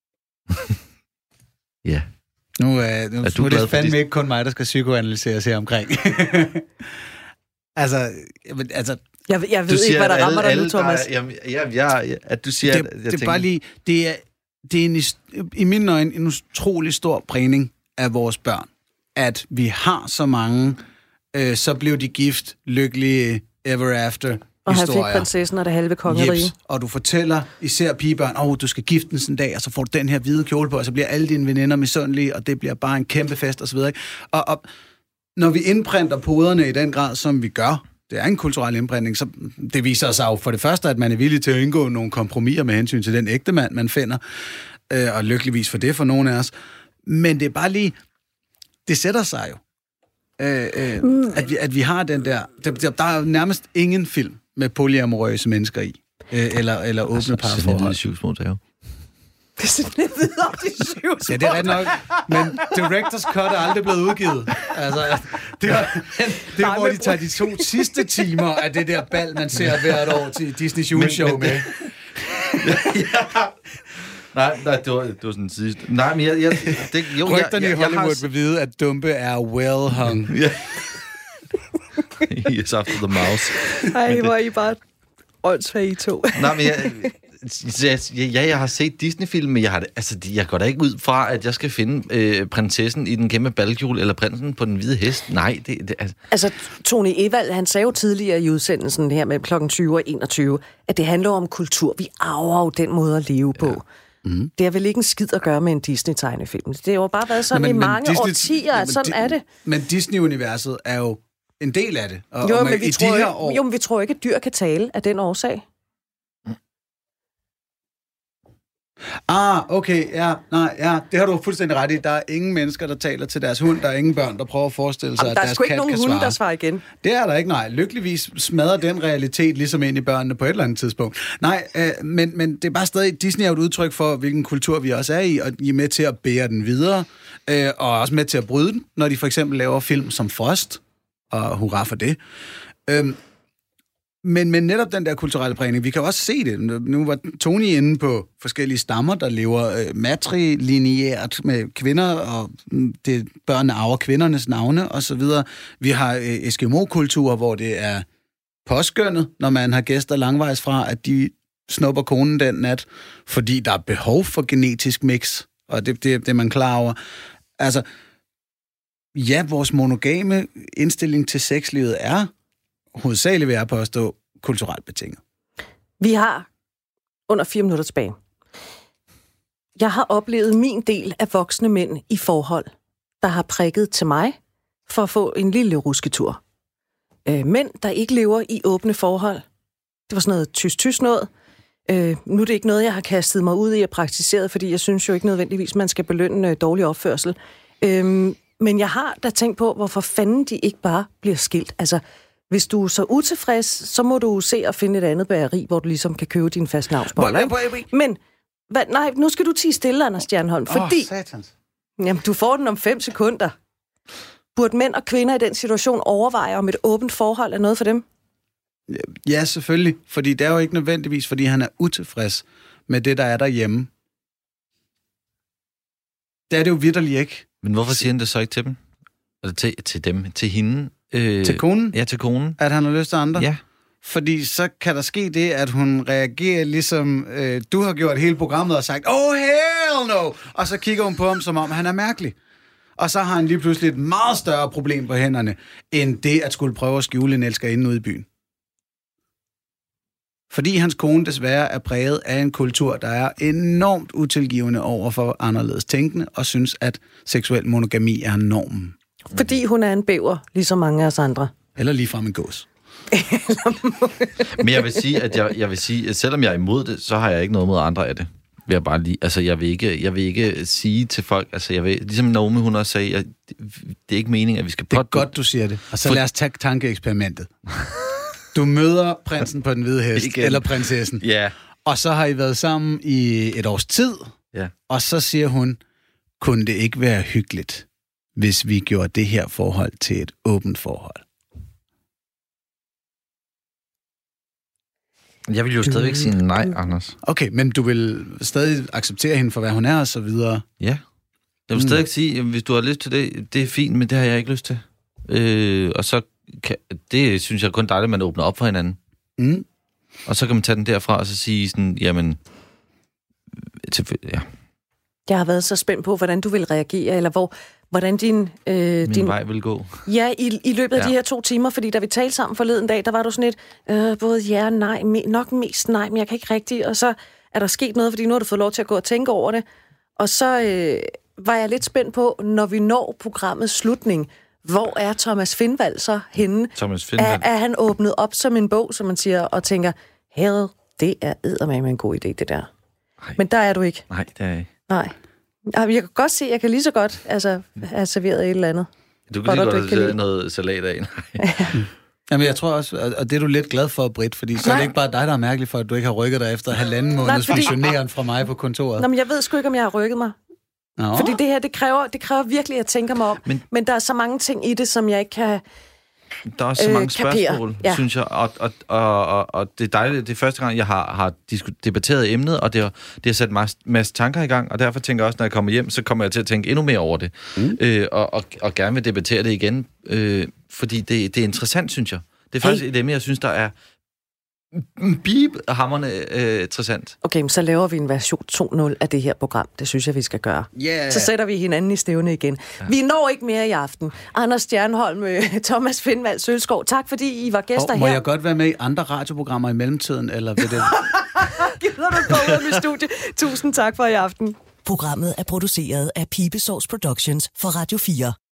Ja. Nu, øh, nu er, nu er det fandme ikke kun mig, der skal psykoanalyseres her omkring. altså, altså... Jeg, jeg ved ikke, hvad der rammer dig nu, Thomas. Der, jamen, ja, ja, at du siger, det, at jeg det tænker... er bare lige... Det er, det er en, i mine øjne en utrolig stor prægning af vores børn, at vi har så mange, øh, så blev de gift, lykkelige, ever after... Og han fik prinsessen og det halve kongerige. Jeps. Og du fortæller især pigebørn, åh, oh, du skal giftes en dag, og så får du den her hvide kjole på, og så bliver alle dine veninder misundelige, og det bliver bare en kæmpe fest, og så videre. Og, og når vi indprinter poderne i den grad, som vi gør, det er en kulturel indprintning, så det viser sig jo for det første, at man er villig til at indgå nogle kompromiser med hensyn til den ægte mand, man finder, øh, og lykkeligvis for det for nogle af os. Men det er bare lige, det sætter sig jo, øh, øh, mm. at, vi, at vi har den der, der, der er nærmest ingen film med polyamorøse mennesker i, øh, eller, eller åbne altså, parforhold. Det er syv små dage. Det er sådan lidt videre, de syv små ja, det er ret nok, men Director's Cut er aldrig blevet udgivet. Altså, det er, det er hvor de tager de to sidste timer af det der bal, man ser hvert år til Disney's juleshow med. ja. Nej, nej, det var, det var sådan en sidste. Nej, men jeg... jeg det, jo, Rygterne jeg, jeg, i Hollywood jeg har... vil vide, at Dumpe er well hung. Ja. Yes, after the mouse. Ej, hvor er I bare åndssvage I to. Nej, men jeg... Ja, jeg har set Disney-film, men jeg, har, altså, jeg går da ikke ud fra, at jeg skal finde øh, prinsessen i den kæmpe balkjole, eller prinsen på den hvide hest. Nej, det... det altså... altså, Tony Evald, han sagde jo tidligere i udsendelsen her med klokken tyve og enogtyve, at det handler om kultur. Vi arver jo den måde at leve på. Ja. Mm. Det har vel ikke en skid at gøre med en Disney-tegnefilm. Det har jo bare været sådan Nå, men, i mange Disney, årtier, at sådan di- er det. Men Disney-universet er jo en del af det. Og, jo, og men vi i tror de her ikke, år... jo, men vi tror ikke, at dyr kan tale af den årsag. Ah, okay, ja, nej, ja, det har du fuldstændig ret i. Der er ingen mennesker, der taler til deres hund. Der er ingen børn, der prøver at forestille sig, Jamen, at deres kat kan svare. Der er sgu ikke nogen hunde, der svarer igen. Det er der ikke, nej. Lykkeligvis smadrer den realitet ligesom ind i børnene på et eller andet tidspunkt. Nej, øh, men, men det er bare stadig, Disney er et udtryk for, hvilken kultur vi også er i, og I er med til at bære den videre, øh, og også med til at bryde den, når de for eksempel laver film som Frost, og hurra for det. Øh, Men, men netop den der kulturelle prægning, vi kan også se det. Nu var Tony inde på forskellige stammer, der lever øh, matrilineært med kvinder, og det, børnene arver kvindernes navne osv. Vi har øh, Eskimo-kultur, hvor det er påskønnet, når man har gæster langvejs fra, at de snupper konen den nat, fordi der er behov for genetisk mix, og det, det, det er man klar over. Altså, ja, vores monogame indstilling til sexlivet er hovedsageligt vil jeg påstå, kulturelt betinget. Vi har under fire minutter tilbage. Jeg har oplevet min del af voksne mænd i forhold, der har prikket til mig for at få en lille rusketur. Øh, mænd, der ikke lever i åbne forhold. Det var sådan noget tysk-tysk noget. Øh, nu er det ikke noget, jeg har kastet mig ud i og praktiseret, fordi jeg synes jo ikke nødvendigvis, man skal belønne dårlig opførsel. Øh, men jeg har da tænkt på, hvorfor fanden de ikke bare bliver skilt. Altså, hvis du er så utilfreds, så må du se og finde et andet bageri, hvor du ligesom kan købe din fastnavnsboller. Men, hvad, nej, nu skal du tie stille, Anders Stjernholm, fordi... Åh, satans. Jamen, du får den om fem sekunder. Burde mænd og kvinder i den situation overveje, om et åbent forhold er noget for dem? Ja, selvfølgelig. Fordi det er jo ikke nødvendigvis, fordi han er utilfreds med det, der er derhjemme. Det er det jo vitterligt ikke. Men hvorfor siger han det så ikke til dem? Eller til, til dem? Til hende? Øh, til konen? Ja, til konen. At han har lyst til andre? Ja. Fordi så kan der ske det, at hun reagerer ligesom, øh, du har gjort hele programmet og sagt, oh hell no! Og så kigger hun på ham, som om han er mærkelig. Og så har han lige pludselig et meget større problem på hænderne, end det at skulle prøve at skjule en elskerinde ude i byen. Fordi hans kone desværre er præget af en kultur, der er enormt utilgivende over for anderledes tænkende, og synes, at seksuel monogami er normen. Fordi hun er en bæver, ligesom mange af os andre. Eller ligefrem en gås. Men jeg vil sige, at jeg, jeg vil sige, at selvom jeg er imod det, så har jeg ikke noget mod andre af det. Vil jeg bare lige, altså jeg vil ikke, jeg vil ikke sige til folk, altså jeg vil, ligesom Naomi hun også sagde, at det, det er ikke meningen, at vi skal... Det er godt, du siger det. Og så For... lad os tage tankeeksperimentet. Du møder prinsen på den hvide hest, igen. Eller prinsessen. Ja. Yeah. Og så har I været sammen i et års tid. Ja. Og så siger hun, kunne det ikke være hyggeligt, hvis vi gjorde det her forhold til et åbent forhold? Jeg vil jo stadigvæk sige nej, Anders. Okay, men du vil stadig acceptere hende for, hvad hun er, og så videre? Ja. Jeg vil stadig mm. sige, hvis du har lyst til det, det er fint, men det har jeg ikke lyst til. Øh, og så kan, det synes jeg kun dejligt, at man åbner op for hinanden. Mm. Og så kan man tage den derfra, og så sige sådan, jamen... Ja. Jeg har været så spændt på, hvordan du vil reagere, eller hvor, hvordan din... Øh, Min din, vej vil gå. Ja, i, i løbet af ja. de her to timer, fordi da vi talte sammen forleden dag, der var du sådan et, øh, både ja og nej, me, nok mest nej, men jeg kan ikke rigtig, og så er der sket noget, fordi nu har du fået lov til at gå og tænke over det, og så øh, var jeg lidt spændt på, når vi når programmets slutning, hvor er Thomas Findvald så henne? Thomas Findvald. Er, er han åbnet op som en bog, som man siger, og tænker, herre, det er eddermame en god idé, det der. Ej. Men der er du ikke. Nej, det er jeg ikke. Nej. Jeg kan godt se, at jeg kan lige så godt altså, have serveret et eller andet. Du kan lige godt have serveret noget salat af. Jamen, jeg tror også, og det er du lidt glad for, Britt, fordi så Nej. er det ikke bare dig, der er mærkelig for, at du ikke har rykket dig efter halvanden måneds fordi... funktioneren fra mig på kontoret. Nå, men jeg ved sgu ikke, om jeg har rykket mig. Nå. Fordi det her, det kræver, det kræver virkelig, at jeg tænker mig om. Men... men der er så mange ting i det, som jeg ikke kan... Der er også så mange øh, spørgsmål, ja. synes jeg, og, og, og, og, og det er dejligt. Det er første gang, jeg har, har debatteret emnet, og det har, det har sat en masse, masse tanker i gang, og derfor tænker jeg også, når jeg kommer hjem, så kommer jeg til at tænke endnu mere over det, mm. øh, og, og, og gerne vil debattere det igen, øh, fordi det, det er interessant, synes jeg. Det er faktisk hey. et emne, jeg synes, der er bip hammerne øh, interessant. Okay, så laver vi en version to nul af det her program. Det synes jeg, vi skal gøre. Yeah. Så sætter vi hinanden i stævne igen. Ja. Vi når ikke mere i aften. Anders Stjernholm, Thomas Findvald Sølskov, tak fordi I var gæster oh, må her. Må jeg godt være med i andre radioprogrammer i mellemtiden, eller vil det... Gider du gå ud af mit studie? Tusind tak for i aften. Programmet er produceret af Pibesovs Productions for Radio fire.